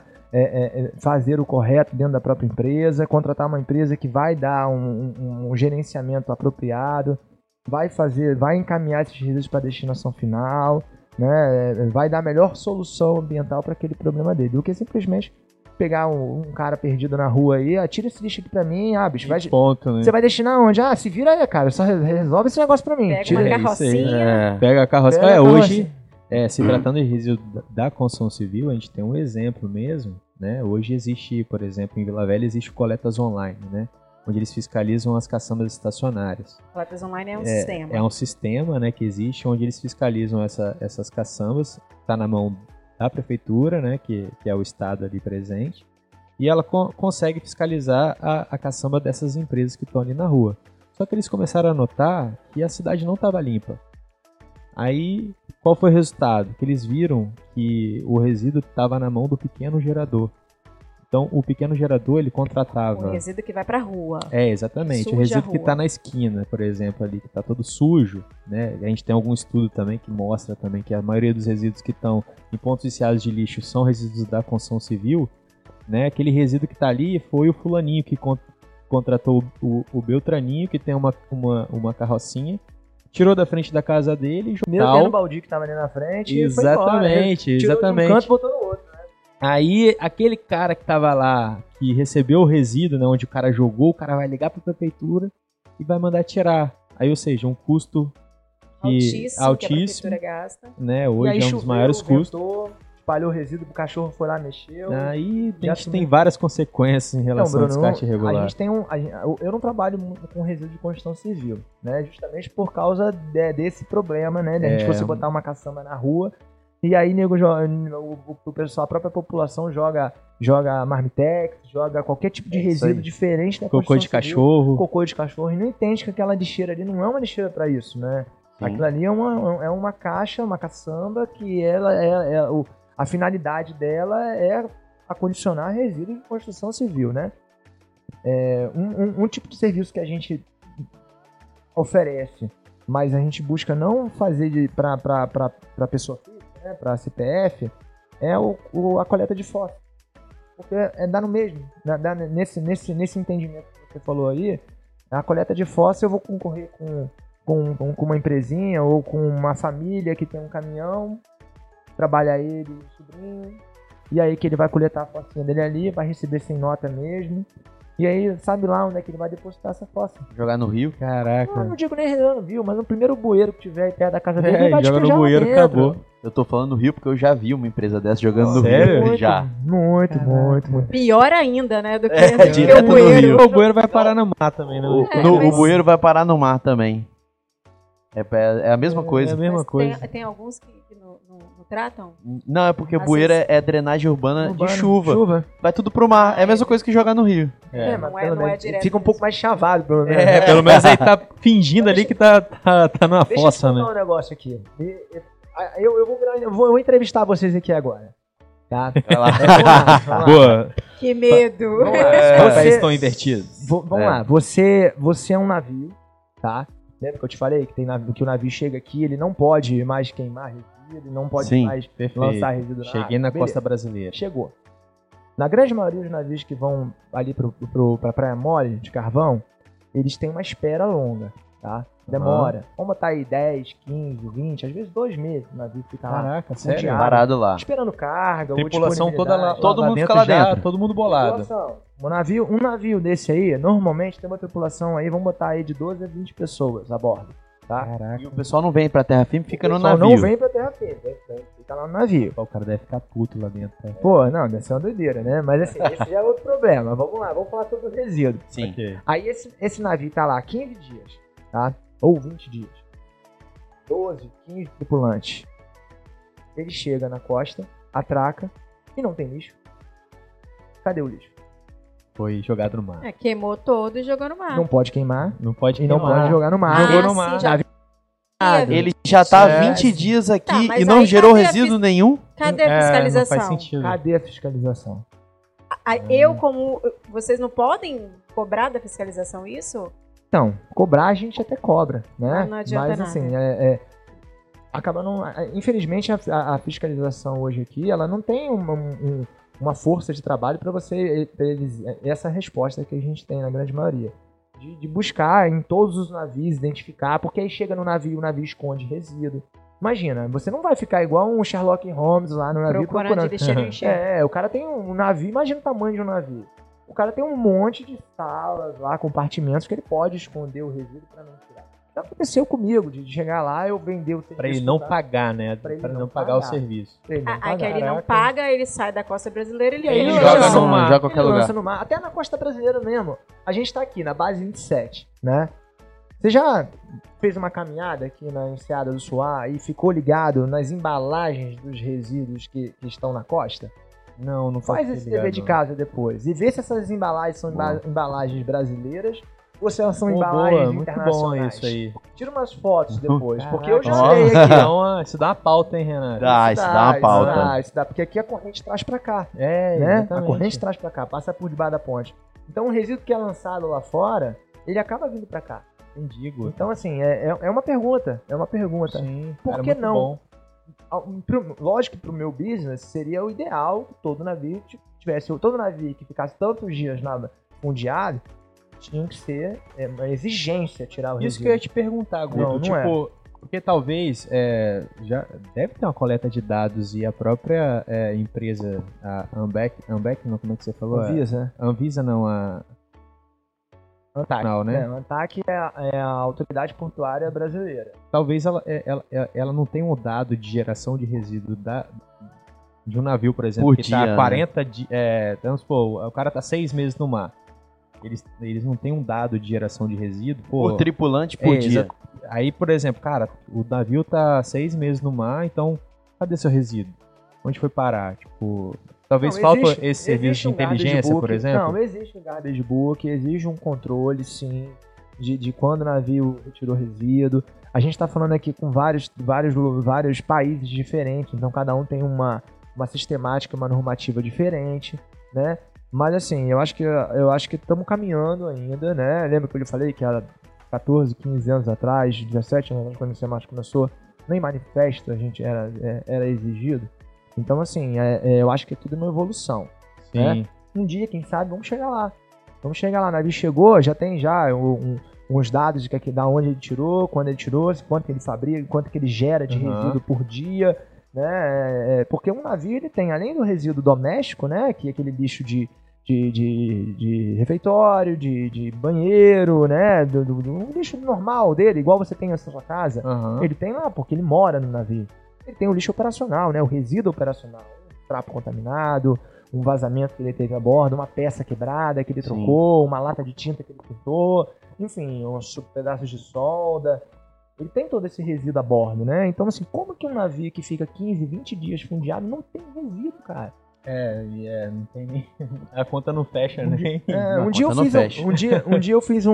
Speaker 4: fazer o correto dentro da própria empresa, contratar uma empresa que vai dar um gerenciamento apropriado, vai encaminhar esses resíduos para a destinação final, né? Vai dar a melhor solução ambiental para aquele problema dele, do que simplesmente pegar um cara perdido na rua aí, tira esse lixo aqui pra mim, bicho, você vai destinar onde? Se vira aí, cara, só resolve esse negócio pra mim.
Speaker 3: Pega uma carrocinha.
Speaker 1: Pega a carrocinha. Hoje, se tratando de resíduo da construção civil, a gente tem um exemplo mesmo, né? Hoje existe, por exemplo, em Vila Velha existe coletas online, né? Onde eles fiscalizam as caçambas estacionárias.
Speaker 3: Coletas online é um sistema.
Speaker 1: É um sistema, né, que existe, onde eles fiscalizam essas caçambas, tá na mão da prefeitura, né, que é o estado ali presente, e ela consegue fiscalizar a caçamba dessas empresas que estão ali na rua. Só que eles começaram a notar que a cidade não estava limpa. Aí, qual foi o resultado? Que eles viram que o resíduo estava na mão do pequeno gerador. Então, o pequeno gerador, ele contratava...
Speaker 3: O resíduo que vai pra rua.
Speaker 1: Exatamente. Suja o resíduo que está na esquina, por exemplo, ali, que está todo sujo, né? A gente tem algum estudo também que mostra também que a maioria dos resíduos que estão em pontos viciados de lixo são resíduos da construção civil, né? Aquele resíduo que está ali foi o fulaninho que contratou o Beltraninho, que tem uma carrocinha, tirou da frente da casa dele e jogou...
Speaker 4: Mesmo no baldio que estava ali na frente.
Speaker 1: Exatamente,
Speaker 4: e foi embora. Tirou de um canto e botou no outro.
Speaker 1: Aí, aquele cara que tava lá, que recebeu o resíduo, né, onde o cara jogou, o cara vai ligar pra prefeitura e vai mandar tirar. Aí, ou seja, um custo altíssimo
Speaker 3: que a prefeitura gasta.
Speaker 1: Né, hoje é um dos maiores custos.
Speaker 4: Espalhou o resíduo, o cachorro foi lá, mexeu.
Speaker 1: Aí a gente tem várias consequências em relação ao descarte irregular.
Speaker 4: A gente tem eu não trabalho muito com resíduo de construção civil, né, justamente por causa desse problema, né, de a gente fosse botar uma caçamba na rua. E aí, o pessoal, a própria população joga marmitex, joga qualquer tipo de resíduo diferente da
Speaker 1: cocô de cachorro.
Speaker 4: Cocô de cachorro. E não entende que aquela lixeira ali não é uma lixeira para isso, né? Sim. Aquilo ali é uma caixa, uma caçamba, que a finalidade dela é acondicionar resíduo de construção civil, né? Um tipo de serviço que a gente oferece, mas a gente busca não fazer para pessoa física, para a CPF, é a coleta de fósforo. Porque dá no mesmo. Nesse entendimento que você falou aí, a coleta de fósforo eu vou concorrer com uma empresinha ou com uma família que tem um caminhão, trabalha ele e o sobrinho, e aí que ele vai coletar a focinha dele ali, vai receber sem nota mesmo, E aí, sabe lá onde é que ele vai depositar essa fossa?
Speaker 2: Jogar no rio.
Speaker 1: Caraca.
Speaker 4: Não digo nem no rio, mas no primeiro bueiro que tiver aí perto da casa dele, ele vai
Speaker 1: joga no
Speaker 4: despejar lá
Speaker 1: bueiro,
Speaker 4: dentro.
Speaker 1: acabou.
Speaker 2: Eu tô falando no rio porque eu já vi uma empresa dessa jogando no
Speaker 1: Sério?
Speaker 2: rio. Já.
Speaker 4: Muito.
Speaker 3: Pior ainda, né? Do que,
Speaker 2: direto
Speaker 3: o
Speaker 2: no
Speaker 3: bueiro.
Speaker 2: rio.
Speaker 1: O bueiro vai parar no mar também, né?
Speaker 2: O bueiro vai parar no mar também. É a mesma coisa.
Speaker 1: É a mesma
Speaker 3: Mas
Speaker 1: coisa.
Speaker 3: tem alguns que não tratam?
Speaker 2: Não, é porque o
Speaker 3: Às
Speaker 2: bueiro
Speaker 3: vezes-
Speaker 2: é drenagem urbana de chuva.
Speaker 4: Chuva.
Speaker 2: Vai tudo pro mar. É a mesma coisa que jogar no rio.
Speaker 1: É.
Speaker 4: mas
Speaker 3: Não é-
Speaker 4: pelo
Speaker 3: não é
Speaker 4: menos
Speaker 3: direto
Speaker 4: fica um pouco mais chavado, pelo menos.
Speaker 1: É, pelo menos aí tá fingindo ali que tá numa
Speaker 4: Deixa
Speaker 1: fossa,
Speaker 4: eu te
Speaker 1: né?
Speaker 4: falar um negócio aqui. Eu vou entrevistar vocês aqui agora. Tá?
Speaker 2: Vai lá.
Speaker 4: Vamos lá.
Speaker 1: Boa.
Speaker 3: Que medo!
Speaker 4: Vamos lá.
Speaker 1: Os papéis
Speaker 4: Você-
Speaker 1: estão invertidos.
Speaker 4: Vamos lá, você é um navio, tá? Lembra que eu te falei que, que o navio chega aqui, ele não pode mais queimar resíduo, ele não pode
Speaker 2: Sim,
Speaker 4: mais
Speaker 1: Perfeito.
Speaker 4: lançar resíduo na
Speaker 1: Cheguei
Speaker 4: água.
Speaker 1: na
Speaker 4: Beleza.
Speaker 1: costa brasileira.
Speaker 4: Chegou. Na grande maioria dos navios que vão ali pra Praia Mole, de carvão, eles têm uma espera longa, tá? Demora. Vamos botar aí 10, 15, 20, às vezes 2 meses o navio fica lá.
Speaker 1: Caraca, sério?
Speaker 4: diário.
Speaker 2: Parado lá.
Speaker 4: Esperando carga, ou
Speaker 1: Tripulação toda lá,
Speaker 4: disponibilidade.
Speaker 2: Todo
Speaker 1: lá
Speaker 2: mundo
Speaker 1: dentro
Speaker 2: fica lá
Speaker 1: já,
Speaker 2: dentro.
Speaker 1: todo mundo bolado.
Speaker 4: Tripulação. Um navio desse aí, normalmente tem uma tripulação aí, vamos botar aí de 12 a 20 pessoas a bordo, tá?
Speaker 1: Caraca,
Speaker 2: E o pessoal não vem pra terra firme, fica no
Speaker 4: O pessoal
Speaker 2: navio.
Speaker 4: não vem pra terra firme, fica lá no navio.
Speaker 1: o cara deve ficar puto lá dentro. Cara.
Speaker 4: Pô, não, deve ser uma doideira, né? Mas assim, esse já é outro problema. Vamos lá, vamos falar sobre o resíduo.
Speaker 2: Sim.
Speaker 1: Ok.
Speaker 4: Aí esse navio tá lá 15 dias, tá? Ou 20 dias. 12, 15 tripulantes. Ele chega na costa, atraca e não tem lixo. Cadê o lixo?
Speaker 1: Foi jogado no mar.
Speaker 3: É, queimou todo e jogou no mar.
Speaker 4: Não pode queimar
Speaker 1: Não pode
Speaker 4: e não
Speaker 1: queimar.
Speaker 4: pode jogar no mar.
Speaker 1: Jogou no
Speaker 3: sim,
Speaker 1: mar.
Speaker 3: já-
Speaker 2: Ele já tá há
Speaker 1: É.
Speaker 2: 20 dias aqui
Speaker 3: Tá, mas
Speaker 2: e não
Speaker 3: aí
Speaker 2: gerou
Speaker 3: cadê a
Speaker 2: resíduo nenhum.
Speaker 3: Cadê a
Speaker 1: É,
Speaker 3: fiscalização?
Speaker 1: não faz sentido.
Speaker 4: Cadê a fiscalização?
Speaker 3: Vocês não podem cobrar da fiscalização isso?
Speaker 4: Então, cobrar a gente até cobra, né?
Speaker 3: Não adianta
Speaker 4: Mas
Speaker 3: nada.
Speaker 4: assim, acaba não. Infelizmente a fiscalização hoje aqui, ela não tem uma força de trabalho para você pra eles, essa resposta que a gente tem na grande maioria. De buscar em todos os navios, identificar, porque aí chega no navio, o navio esconde resíduo. Imagina, você não vai ficar igual um Sherlock Holmes lá no navio
Speaker 3: Procurando de lixeiro em cheiro.
Speaker 4: o cara tem um navio, imagina o tamanho de um navio. O cara tem um monte de salas lá, compartimentos que ele pode esconder o resíduo para não tirar. Já aconteceu comigo, de chegar lá, eu vender o serviço.
Speaker 1: Pra ele não
Speaker 4: tá?
Speaker 1: pagar, né?
Speaker 4: Pra ele
Speaker 1: Pra
Speaker 4: não
Speaker 1: não pagar o
Speaker 4: pagar.
Speaker 1: serviço.
Speaker 4: Pra ele não
Speaker 3: Aí que
Speaker 4: pagar.
Speaker 3: ele não
Speaker 1: Caraca.
Speaker 3: paga, ele sai da costa brasileira e
Speaker 1: Ele
Speaker 3: lança.
Speaker 1: joga no mar.
Speaker 2: Joga qualquer
Speaker 4: Ele
Speaker 2: lugar.
Speaker 4: lança no mar, até na costa brasileira mesmo. A gente tá aqui na base 27, né? Você já fez uma caminhada aqui na Enseada do Suá e ficou ligado nas embalagens dos resíduos que estão na costa?
Speaker 1: Não
Speaker 4: Faz esse dever de casa depois e vê se essas embalagens são embalagens brasileiras ou se elas são embalagens
Speaker 1: muito bom
Speaker 4: internacionais.
Speaker 1: isso aí.
Speaker 4: Tira umas fotos depois, porque eu já
Speaker 1: Caraca,
Speaker 4: olhei
Speaker 1: isso
Speaker 4: aqui.
Speaker 1: isso dá uma pauta, hein, Renato?
Speaker 2: Isso dá uma pauta.
Speaker 4: Isso dá, porque aqui a corrente traz pra cá.
Speaker 1: É,
Speaker 4: Né? A
Speaker 1: exatamente.
Speaker 4: corrente traz pra cá, passa por debaixo da ponte. Então o resíduo que é lançado lá fora, ele acaba vindo pra cá.
Speaker 1: Entendi, Guto.
Speaker 4: Então assim, é uma pergunta,
Speaker 1: Sim,
Speaker 4: Por
Speaker 1: cara,
Speaker 4: que
Speaker 1: muito
Speaker 4: não?
Speaker 1: bom.
Speaker 4: Lógico que pro meu business seria o ideal que todo navio tivesse, todo navio que ficasse tantos dias na fundiado, tinha que ser uma exigência tirar o
Speaker 1: Isso que eu
Speaker 4: resíduo.
Speaker 1: ia te perguntar, Guto.
Speaker 4: Não,
Speaker 1: tipo, porque talvez já deve ter uma coleta de dados e a própria empresa, a Ambec, não, como é que você falou?
Speaker 4: Anvisa, né?
Speaker 1: A Anvisa não, a
Speaker 4: ANTAC,
Speaker 1: não, né?
Speaker 4: A ANTAC é a autoridade portuária brasileira.
Speaker 1: Talvez ela não tenha um dado de geração de resíduo de um navio, por exemplo,
Speaker 2: Por
Speaker 1: que
Speaker 2: dia,
Speaker 1: tá
Speaker 2: né?
Speaker 1: 40 dias. Vamos supor, o cara tá 6 meses no mar. Eles não têm um dado de geração de resíduo. Pô,
Speaker 2: Por tripulante por dia.
Speaker 1: exato. Aí, por exemplo, cara, o navio tá 6 meses no mar, então cadê seu resíduo? Onde foi parar? Tipo, talvez
Speaker 4: Não,
Speaker 1: falta
Speaker 4: existe-
Speaker 1: esse serviço
Speaker 4: existe
Speaker 1: de
Speaker 4: um garbage
Speaker 1: inteligência,
Speaker 4: book.
Speaker 1: por exemplo.
Speaker 4: Não, existe um garbage book, exige um controle, sim, de quando o navio retirou resíduo. A gente está falando aqui com vários países diferentes, então cada um tem uma sistemática, uma normativa diferente, né? Mas assim, eu acho que estamos caminhando ainda, né? Lembra que eu lhe falei que há 14, 15 anos atrás, 17 anos quando o Semas começou, nem manifesto a gente era exigido. Então, assim, eu acho que é tudo uma evolução.
Speaker 1: Sim.
Speaker 4: Um dia, quem sabe, vamos chegar lá. Vamos chegar lá. O navio chegou, já tem uns dados de da onde ele tirou, quando ele tirou, quanto que ele fabrica, quanto que ele gera de
Speaker 1: Uhum.
Speaker 4: resíduo por dia, né? Porque um navio, ele tem, além do resíduo doméstico, né? Que é aquele lixo de de refeitório, de banheiro, né? Do lixo normal dele, igual você tem na sua casa. Ele tem lá, porque ele mora no navio. Ele tem o lixo operacional, né? O resíduo operacional. Um trapo contaminado, um vazamento que ele teve a bordo, uma peça quebrada que ele trocou, uma lata de tinta que ele pintou, enfim, uns pedaços de solda. Ele tem todo esse resíduo a bordo, né? Então, assim, como que um navio que fica 15, 20 dias fundeado não tem resíduo, cara?
Speaker 1: Não tem nem... A conta não fecha, né?
Speaker 4: Um dia eu fiz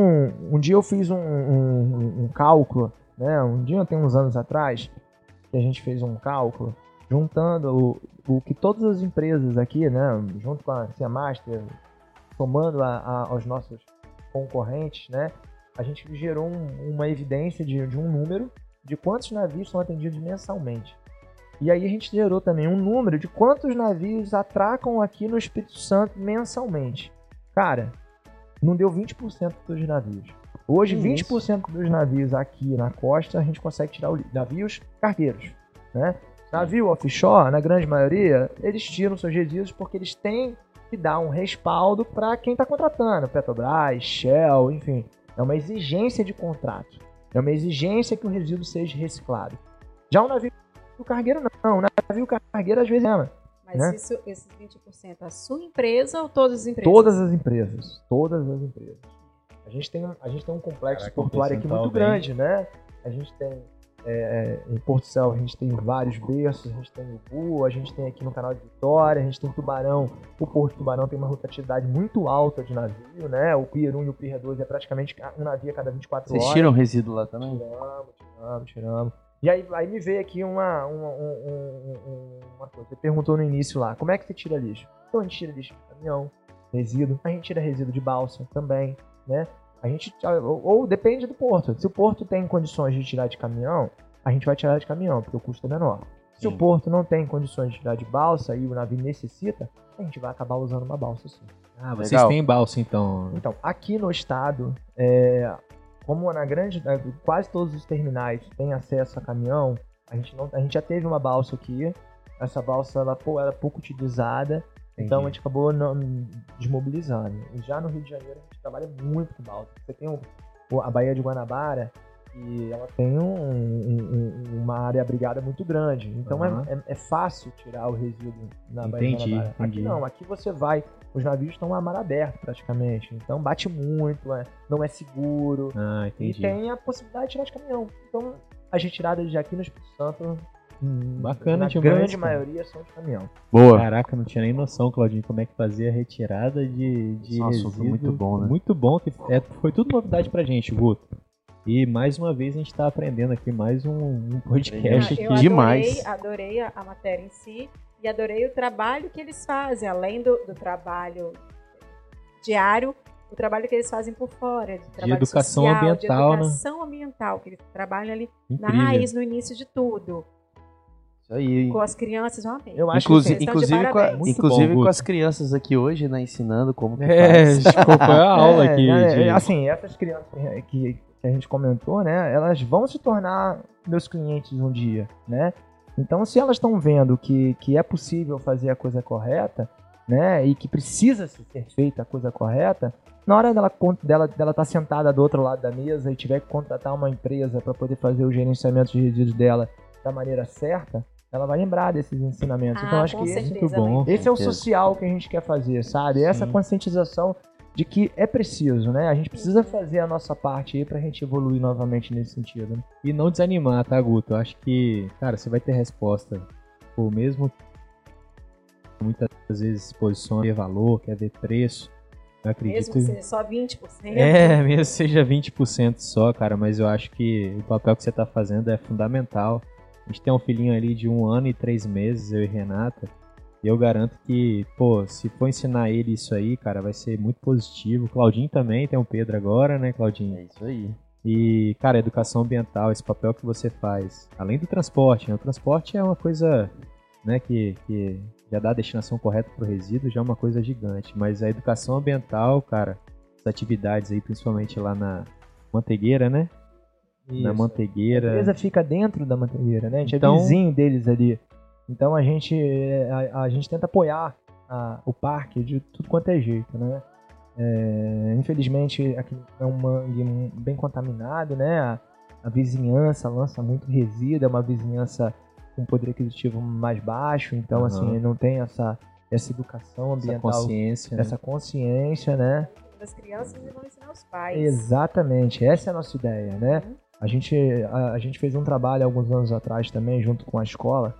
Speaker 4: um cálculo, né? Um dia, tem uns anos atrás, que a gente fez um cálculo juntando o que todas as empresas aqui, né? Junto com a Ciamaster, somando aos nossos concorrentes, né? A gente gerou uma evidência de um número de quantos navios são atendidos mensalmente. E aí a gente gerou também um número de quantos navios atracam aqui no Espírito Santo mensalmente. Cara, não deu 20% dos navios. Hoje, 20% dos navios aqui na costa, a gente consegue tirar navios cargueiros, né? Navio offshore, na grande maioria, eles tiram seus resíduos porque eles têm que dar um respaldo para quem está contratando. Petrobras, Shell, enfim. É uma exigência de contrato. É uma exigência que o resíduo seja reciclado. Já o navio cargueiro não. O navio cargueiro às vezes ama.
Speaker 3: Mas né? Esses 20% a sua empresa ou todas as empresas?
Speaker 4: Todas as empresas. Todas as empresas. A gente tem um complexo portuário aqui muito grande, né? A gente tem em Porto Céu, a gente tem vários berços, a gente tem o Bu, a gente tem aqui no Canal de Vitória, a gente tem Tubarão. O Porto Tubarão tem uma rotatividade muito alta de navio, né? O Pier 1 e o Pier 2 é praticamente um navio a cada 24 horas.
Speaker 2: Vocês tiram resíduo lá também?
Speaker 4: Tiramos. E aí me veio aqui uma coisa. Você perguntou no início lá, como é que você tira lixo? Então a gente tira lixo de caminhão, resíduo, a gente tira resíduo de balsa também, né? A gente, ou depende do porto. Se o porto tem condições de tirar de caminhão, a gente vai tirar de caminhão, porque o custo é menor. Se o porto não tem condições de tirar de balsa e o navio necessita, a gente vai acabar usando uma balsa sim.
Speaker 1: Ah, vocês têm balsa então?
Speaker 4: Então, aqui no estado, como quase todos os terminais têm acesso a caminhão, a gente já teve uma balsa aqui. Essa balsa ela é pouco utilizada. Então a gente acabou desmobilizando. E já no Rio de Janeiro a gente trabalha muito com balsa. Você tem a Baía de Guanabara e ela tem uma área abrigada muito grande. Então é fácil tirar o resíduo na Baía de Guanabara. Aqui não, aqui você vai, os navios estão a mar aberto praticamente. Então bate muito, não é seguro. E tem a possibilidade de tirar de caminhão. Então as retiradas de aqui no Espírito Santo,
Speaker 1: bacana,
Speaker 4: na grande maioria são de caminhão.
Speaker 2: Boa.
Speaker 1: Caraca, não tinha nem noção, Claudinho, como é que fazia a retirada de resíduo.
Speaker 2: Muito bom, né?
Speaker 1: Muito bom, foi tudo novidade pra gente, Guto. E mais uma vez a gente tá aprendendo aqui mais um podcast aqui.
Speaker 3: Demais. Adorei a matéria em si e adorei o trabalho que eles fazem, além do trabalho diário, o trabalho que eles fazem por fora, de
Speaker 1: educação
Speaker 3: social,
Speaker 1: ambiental,
Speaker 3: de educação ambiental, que eles trabalham ali
Speaker 1: incrível.
Speaker 3: Na raiz, no início de tudo.
Speaker 2: Aí.
Speaker 3: Com as crianças, uma vez.
Speaker 2: Eu acho inclusive com as crianças aqui hoje, né, ensinando como que faz.
Speaker 1: Foi a aula aqui.
Speaker 4: Assim, essas crianças que a gente comentou, né, elas vão se tornar meus clientes um dia, né? Então, se elas estão vendo que é possível fazer a coisa correta, né, e que precisa ser feita a coisa correta, na hora dela estar sentada do outro lado da mesa e tiver que contratar uma empresa para poder fazer o gerenciamento de resíduos dela da maneira certa, ela vai lembrar desses ensinamentos. Então acho que esse é o social que a gente quer fazer, sabe? Sim. Essa conscientização de que é preciso, né? A gente precisa fazer a nossa parte aí pra gente evoluir novamente nesse sentido. Né?
Speaker 1: E não desanimar, tá, Guto? Eu acho que, cara, você vai ter resposta. Ou mesmo muitas vezes se posiciona, quer ver valor, quer ver preço. Eu acredito.
Speaker 3: Mesmo que seja só 20%.
Speaker 1: Mesmo seja 20% só, cara, mas eu acho que o papel que você tá fazendo é fundamental. A gente tem um filhinho ali de 1 ano e 3 meses, eu e Renata, e eu garanto que, se for ensinar ele isso aí, cara, vai ser muito positivo. Claudinho também, tem o Pedro agora, né, Claudinho?
Speaker 2: É isso aí.
Speaker 1: E, cara, educação ambiental, esse papel que você faz, além do transporte, né? O transporte é uma coisa, né, que já dá a destinação correta pro resíduo, já é uma coisa gigante, mas a educação ambiental, cara, as atividades aí, principalmente lá na Mantegueira, né? Isso. Na Mantegueira.
Speaker 4: A empresa fica dentro da Mantegueira, né? A gente é vizinho deles ali. Então a gente tenta apoiar o parque de tudo quanto é jeito, né? Infelizmente, aqui é um mangue bem contaminado, né? A vizinhança lança muito resíduo, é uma vizinhança com poder aquisitivo mais baixo, então, assim, não tem essa educação ambiental, essa consciência, né?
Speaker 3: Das crianças e vão ensinar os pais.
Speaker 4: Exatamente, essa é a nossa ideia, né? A gente fez um trabalho alguns anos atrás também, junto com a escola,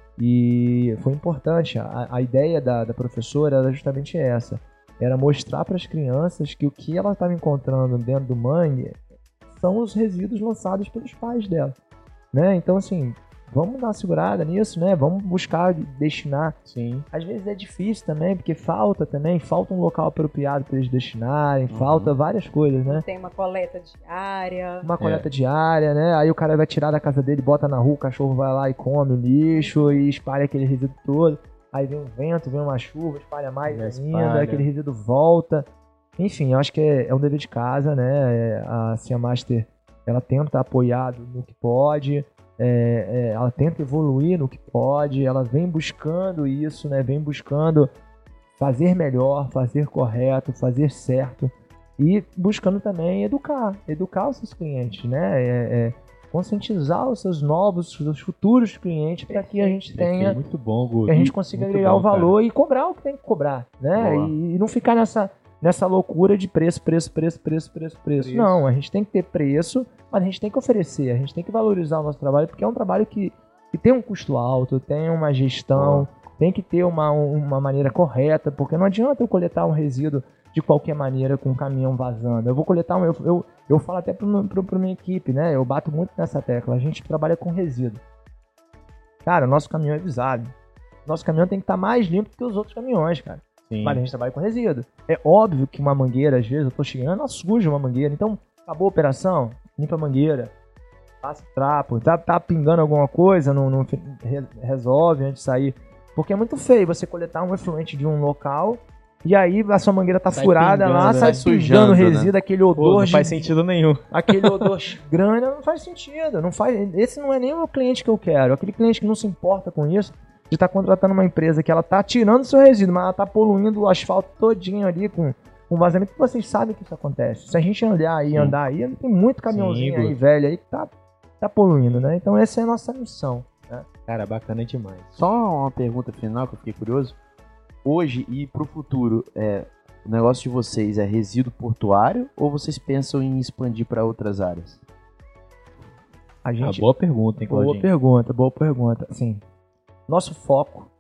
Speaker 4: e foi importante. A ideia da professora era justamente essa, era mostrar para as crianças que o que ela estava encontrando dentro do mangue são os resíduos lançados pelos pais dela, né? Então, assim, vamos dar uma segurada nisso, né? Vamos buscar destinar.
Speaker 1: Sim.
Speaker 4: Às vezes é difícil também, porque falta um local apropriado para eles destinarem, falta várias coisas, né?
Speaker 3: Tem uma coleta diária.
Speaker 4: Uma coleta diária, né? Aí o cara vai tirar da casa dele, bota na rua, o cachorro vai lá e come o lixo e espalha aquele resíduo todo. Aí vem um vento, vem uma chuva, espalha mais ainda, aquele resíduo volta. Enfim, eu acho que é um dever de casa, né? A Cia Master, ela tenta apoiar no que pode, ela tenta evoluir no que pode, ela vem buscando isso, né? Vem buscando fazer melhor, fazer correto, fazer certo e buscando também educar os seus clientes, né? Conscientizar os seus os futuros clientes para que a gente tenha,
Speaker 1: muito bom, Guto,
Speaker 4: que a gente consiga agregar o valor, cara, e cobrar o que tem que cobrar, né? E não ficar nessa loucura de preço. Não, a gente tem que ter preço, mas a gente tem que oferecer, a gente tem que valorizar o nosso trabalho, porque é um trabalho que tem um custo alto, tem uma gestão, tem que ter uma maneira correta, porque não adianta eu coletar um resíduo de qualquer maneira com um caminhão vazando. Eu vou coletar eu falo até para minha equipe, né? Eu bato muito nessa tecla. A gente trabalha com resíduo. Cara, o nosso caminhão é visado. Nosso caminhão tem que estar mais limpo que os outros caminhões, cara.
Speaker 1: Sim.
Speaker 4: Mas a gente trabalha com resíduo. É óbvio que uma mangueira, às vezes, eu tô chegando, ela suja uma mangueira. Então, acabou a operação, limpa a mangueira, passa o trapo, tá pingando alguma coisa, não resolve antes de sair. Porque é muito feio você coletar um efluente de um local e aí a sua mangueira tá furada pingando, lá, sai pingando resíduo, né? Aquele odor.
Speaker 1: Não faz sentido nenhum.
Speaker 4: Aquele odor grande não faz sentido. Esse não é nem o cliente que eu quero. Aquele cliente que não se importa com isso, de estar contratando uma empresa que ela tá tirando seu resíduo, mas ela tá poluindo o asfalto todinho ali com vazamento. Vocês sabem que isso acontece. Se a gente andar aí, tem muito caminhãozinho aí, velho, aí que tá poluindo, né? Então essa é a nossa missão, né?
Speaker 1: Cara, bacana demais.
Speaker 2: Só uma pergunta final que eu fiquei curioso. Hoje e pro futuro, o negócio de vocês é resíduo portuário ou vocês pensam em expandir para outras áreas?
Speaker 1: Boa pergunta, hein, Claudinho?
Speaker 4: Boa pergunta. Assim, nosso foco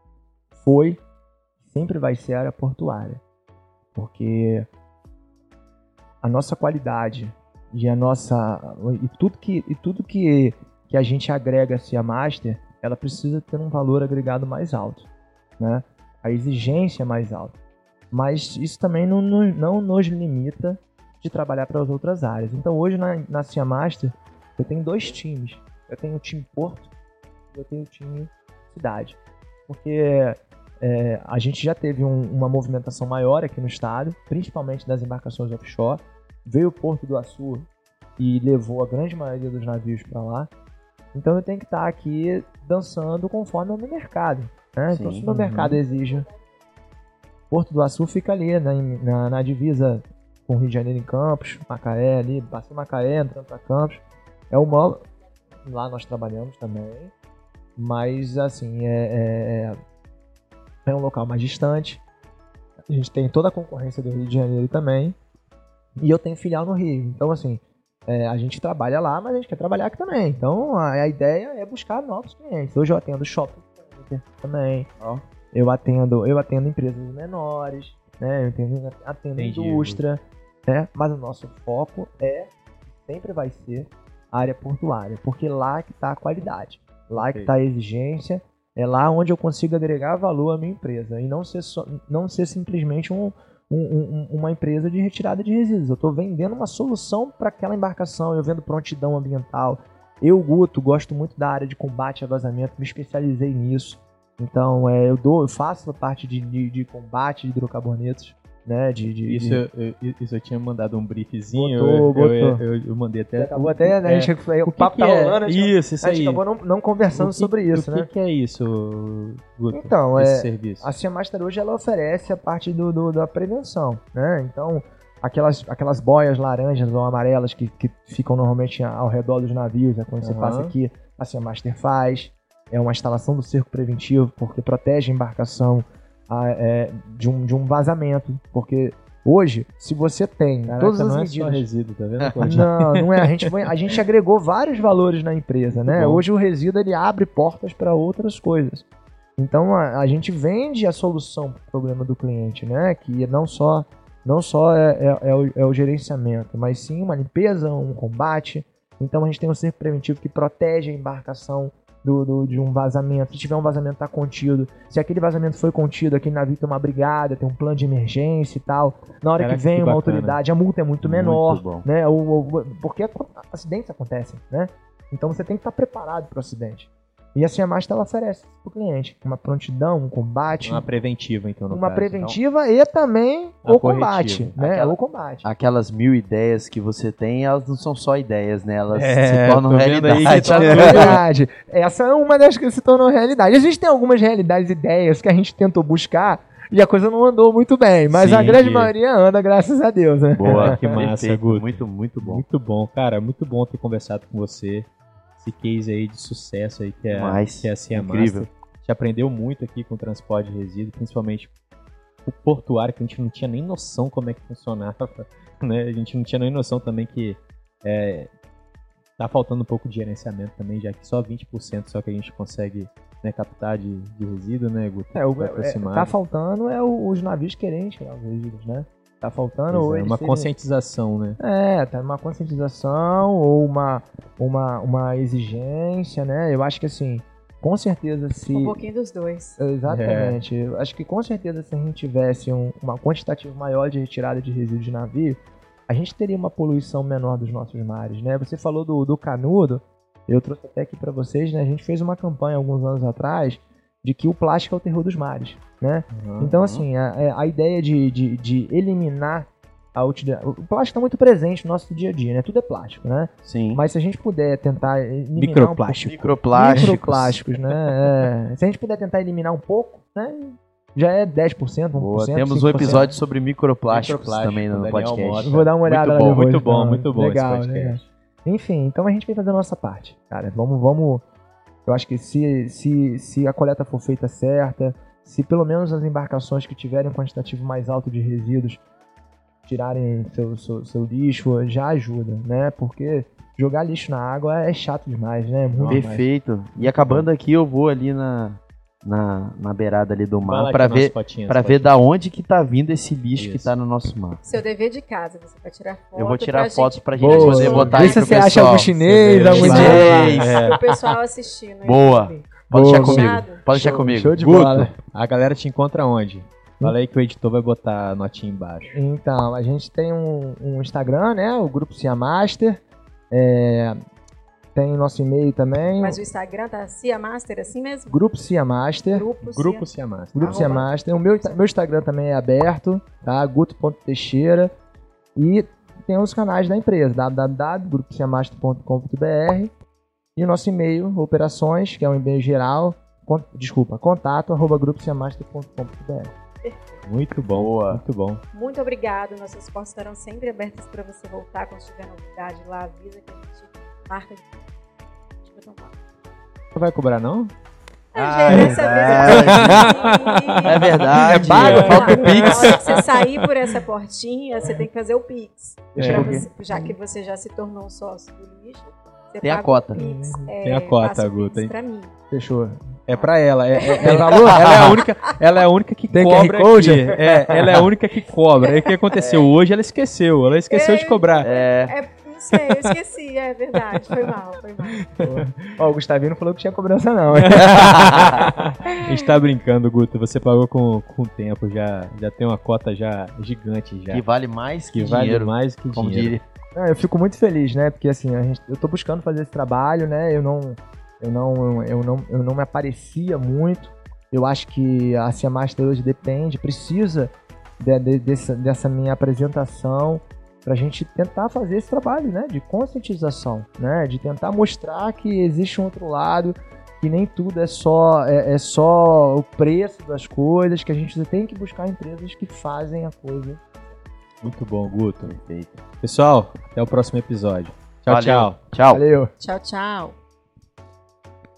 Speaker 4: sempre vai ser a área portuária, porque a nossa qualidade e tudo que a gente agrega a Cia Master, ela precisa ter um valor agregado mais alto, né? A exigência é mais alta, mas isso também não nos limita de trabalhar para as outras áreas. Então hoje na Cia Master eu tenho 2 times, eu tenho o time Porto e eu tenho o time Cidade, porque a gente já teve uma movimentação maior aqui no estado, principalmente das embarcações offshore. Veio o Porto do Açu e levou a grande maioria dos navios para lá. Então eu tenho que estar aqui dançando conforme o meu mercado, né? Então se o meu mercado exige, Porto do Açu fica ali na divisa com o Rio de Janeiro, em Campos, Macaé ali, passa Macaé, entrando para Campos. Lá nós trabalhamos também, mas assim, é um local mais distante. A gente tem toda a concorrência do Rio de Janeiro também, e eu tenho filial no Rio. Então assim, a gente trabalha lá, mas a gente quer trabalhar aqui também. Então a ideia é buscar novos clientes. Hoje eu atendo shopping também, eu atendo empresas menores, né? Eu atendo indústria, né? Mas o nosso foco sempre vai ser a área portuária, porque lá que está a qualidade, lá que está a exigência, é lá onde eu consigo agregar valor à minha empresa e não ser simplesmente uma empresa de retirada de resíduos. Eu estou vendendo uma solução para aquela embarcação, eu vendo prontidão ambiental. Eu, Guto, gosto muito da área de combate a vazamento, me especializei nisso. Então, eu faço a parte de combate de hidrocarbonetos né?
Speaker 1: Isso eu tinha mandado um briefzinho.
Speaker 4: Botou.
Speaker 1: Eu mandei até.
Speaker 4: Acabou até, né? A gente, o papo tá rolando.
Speaker 1: Isso
Speaker 4: a gente
Speaker 1: aí.
Speaker 4: acabou não conversando sobre isso, né?
Speaker 1: O que é isso, Guto?
Speaker 4: Então,
Speaker 1: esse serviço?
Speaker 4: A Sea Master hoje ela oferece a parte da prevenção, né? Então, aquelas boias laranjas ou amarelas que ficam normalmente ao redor dos navios, né? Quando você passa aqui, a Sea Master faz. É uma instalação do cerco preventivo, porque protege a embarcação de um vazamento. Porque hoje, se você tem todas as medidas...
Speaker 1: Não é só resíduo, tá vendo?
Speaker 4: Não é. A gente agregou vários valores na empresa, né? Hoje o resíduo ele abre portas para outras coisas. Então a gente vende a solução para o problema do cliente, né? Que não só é o gerenciamento, mas sim uma limpeza, um combate. Então a gente tem um cerco preventivo que protege a embarcação de um vazamento. Se tiver um vazamento, está contido. Se aquele vazamento foi contido, aquele navio tem uma brigada, tem um plano de emergência e tal. Na hora que vem uma autoridade, a multa é muito menor, né? Porque acidentes acontecem, né? Então você tem que estar preparado para o acidente. E a Sea Master ela oferece para o cliente uma prontidão, um combate.
Speaker 1: Uma preventiva, então,
Speaker 4: Uma preventiva e também o combate, né? O combate.
Speaker 2: Aquelas 1000 ideias que você tem, elas não são só ideias, né? Elas se tornam realidade.
Speaker 4: Verdade. Essa é uma das que se tornou realidade. A gente tem algumas realidades, ideias que a gente tentou buscar e a coisa não andou muito bem, mas a grande maioria anda, graças a Deus, né?
Speaker 1: Boa, que massa, Guto.
Speaker 2: Muito bom.
Speaker 1: Muito bom, cara. Muito bom ter conversado com você. Esse case aí de sucesso aí que é a Sea Master. A gente aprendeu muito aqui com o transporte de resíduos, principalmente o portuário, que a gente não tinha nem noção como é que funcionava, né? A gente não tinha nem noção também que tá faltando um pouco de gerenciamento também, já que só 20% só que a gente consegue, né, captar de resíduo, né, Guto?
Speaker 4: Tá faltando os navios querem tirar os resíduos, né? Tá faltando
Speaker 1: uma conscientização, né?
Speaker 4: Tá uma conscientização ou uma exigência, né? Eu acho que assim, com certeza se...
Speaker 3: Um pouquinho dos dois.
Speaker 4: Exatamente. Eu acho que com certeza se a gente tivesse uma quantitativa maior de retirada de resíduos de navio, a gente teria uma poluição menor dos nossos mares, né? Você falou do canudo, eu trouxe até aqui para vocês, né? A gente fez uma campanha alguns anos atrás de que o plástico é o terror dos mares, né? Então, assim, a ideia de eliminar a utilidade... O plástico está muito presente no nosso dia a dia, né? Tudo é plástico, né?
Speaker 2: Sim.
Speaker 4: Mas se a gente puder tentar eliminar microplásticos, né? Se a gente puder tentar eliminar um pouco, né? Já é 10%, 1%.
Speaker 2: Boa, temos 5%. Um episódio sobre microplásticos também no podcast.
Speaker 4: Vou dar uma olhada lá depois.
Speaker 1: Muito bom
Speaker 4: legal,
Speaker 1: esse podcast.
Speaker 4: Enfim, então a gente vem fazendo a nossa parte, cara. Vamos... Eu acho que se a coleta for feita certa, se pelo menos as embarcações que tiverem um quantitativo mais alto de resíduos tirarem seu lixo, já ajuda, né? Porque jogar lixo na água é chato demais, né? Muito
Speaker 2: perfeito. Mais. E acabando aqui, eu vou ali na beirada ali do mar para ver da onde que tá vindo esse lixo que tá no nosso mar.
Speaker 3: Seu dever de casa, você vai tirar foto.
Speaker 2: Eu vou tirar fotos pra gente poder botar aí pro pessoal.
Speaker 4: Vê se você acha algum chinês, algum
Speaker 3: chinês. O pessoal assistindo.
Speaker 2: Boa. Pode deixar comigo. Pode deixar comigo.
Speaker 4: Show de
Speaker 1: Guto,
Speaker 4: bola.
Speaker 1: A galera te encontra onde? Fala aí que o editor vai botar a notinha embaixo.
Speaker 4: Então, a gente tem um Instagram, né? O Grupo Sea Master. Tem o nosso e-mail também.
Speaker 3: Mas o Instagram tá Sea Master assim mesmo?
Speaker 4: Grupo Sea Master.
Speaker 1: Grupo Sea Master.
Speaker 4: Grupo Sea Master. O meu Instagram também é aberto, tá? guto.teixeira. E tem os canais da empresa, www.gruposeamaster.com.br. E o nosso e-mail, operações, que é um e-mail geral, contato@gruposeamaster.com.br.
Speaker 1: Muito bom,
Speaker 2: boa.
Speaker 1: Muito bom.
Speaker 3: Muito obrigado. Nossas portas estarão sempre abertas para você voltar quando tiver novidade lá. Avisa que a gente marca de...
Speaker 1: Não vai cobrar, não?
Speaker 2: É verdade.
Speaker 3: Falta o Pix. Na hora que você sair por essa portinha, você tem que fazer o Pix. Já que você já se tornou um sócio do lixo, você
Speaker 2: tem a cota.
Speaker 3: Pix,
Speaker 1: tem a cota, Guto.
Speaker 3: Pra mim.
Speaker 4: Fechou.
Speaker 1: É pra ela. Ela é a única que
Speaker 4: tem
Speaker 1: cobra aqui. Ela é a única que cobra. E o que aconteceu? Hoje ela esqueceu. Ela esqueceu de cobrar.
Speaker 3: Não sei, eu esqueci. É verdade. Foi mal.
Speaker 4: Ó, o Gustavinho não falou que tinha cobrança, não.
Speaker 1: A gente tá brincando, Guto. Você pagou com o tempo. Já tem uma cota já gigante. Já.
Speaker 2: Que vale mais que
Speaker 1: dinheiro.
Speaker 2: Vale
Speaker 1: mais que dinheiro.
Speaker 4: Eu fico muito feliz, né? Porque assim, eu tô buscando fazer esse trabalho, né? Eu não me aparecia muito. Eu acho que a Sea Master hoje precisa dessa minha apresentação, para a gente tentar fazer esse trabalho, né, de conscientização, né, de tentar mostrar que existe um outro lado, que nem tudo é só o preço das coisas, que a gente tem que buscar empresas que fazem a coisa.
Speaker 1: Muito bom, Guto. Perfeito. Pessoal, até o próximo episódio. Tchau,
Speaker 2: Valeu.
Speaker 1: tchau.
Speaker 2: Tchau.
Speaker 4: Valeu.
Speaker 3: Tchau, tchau.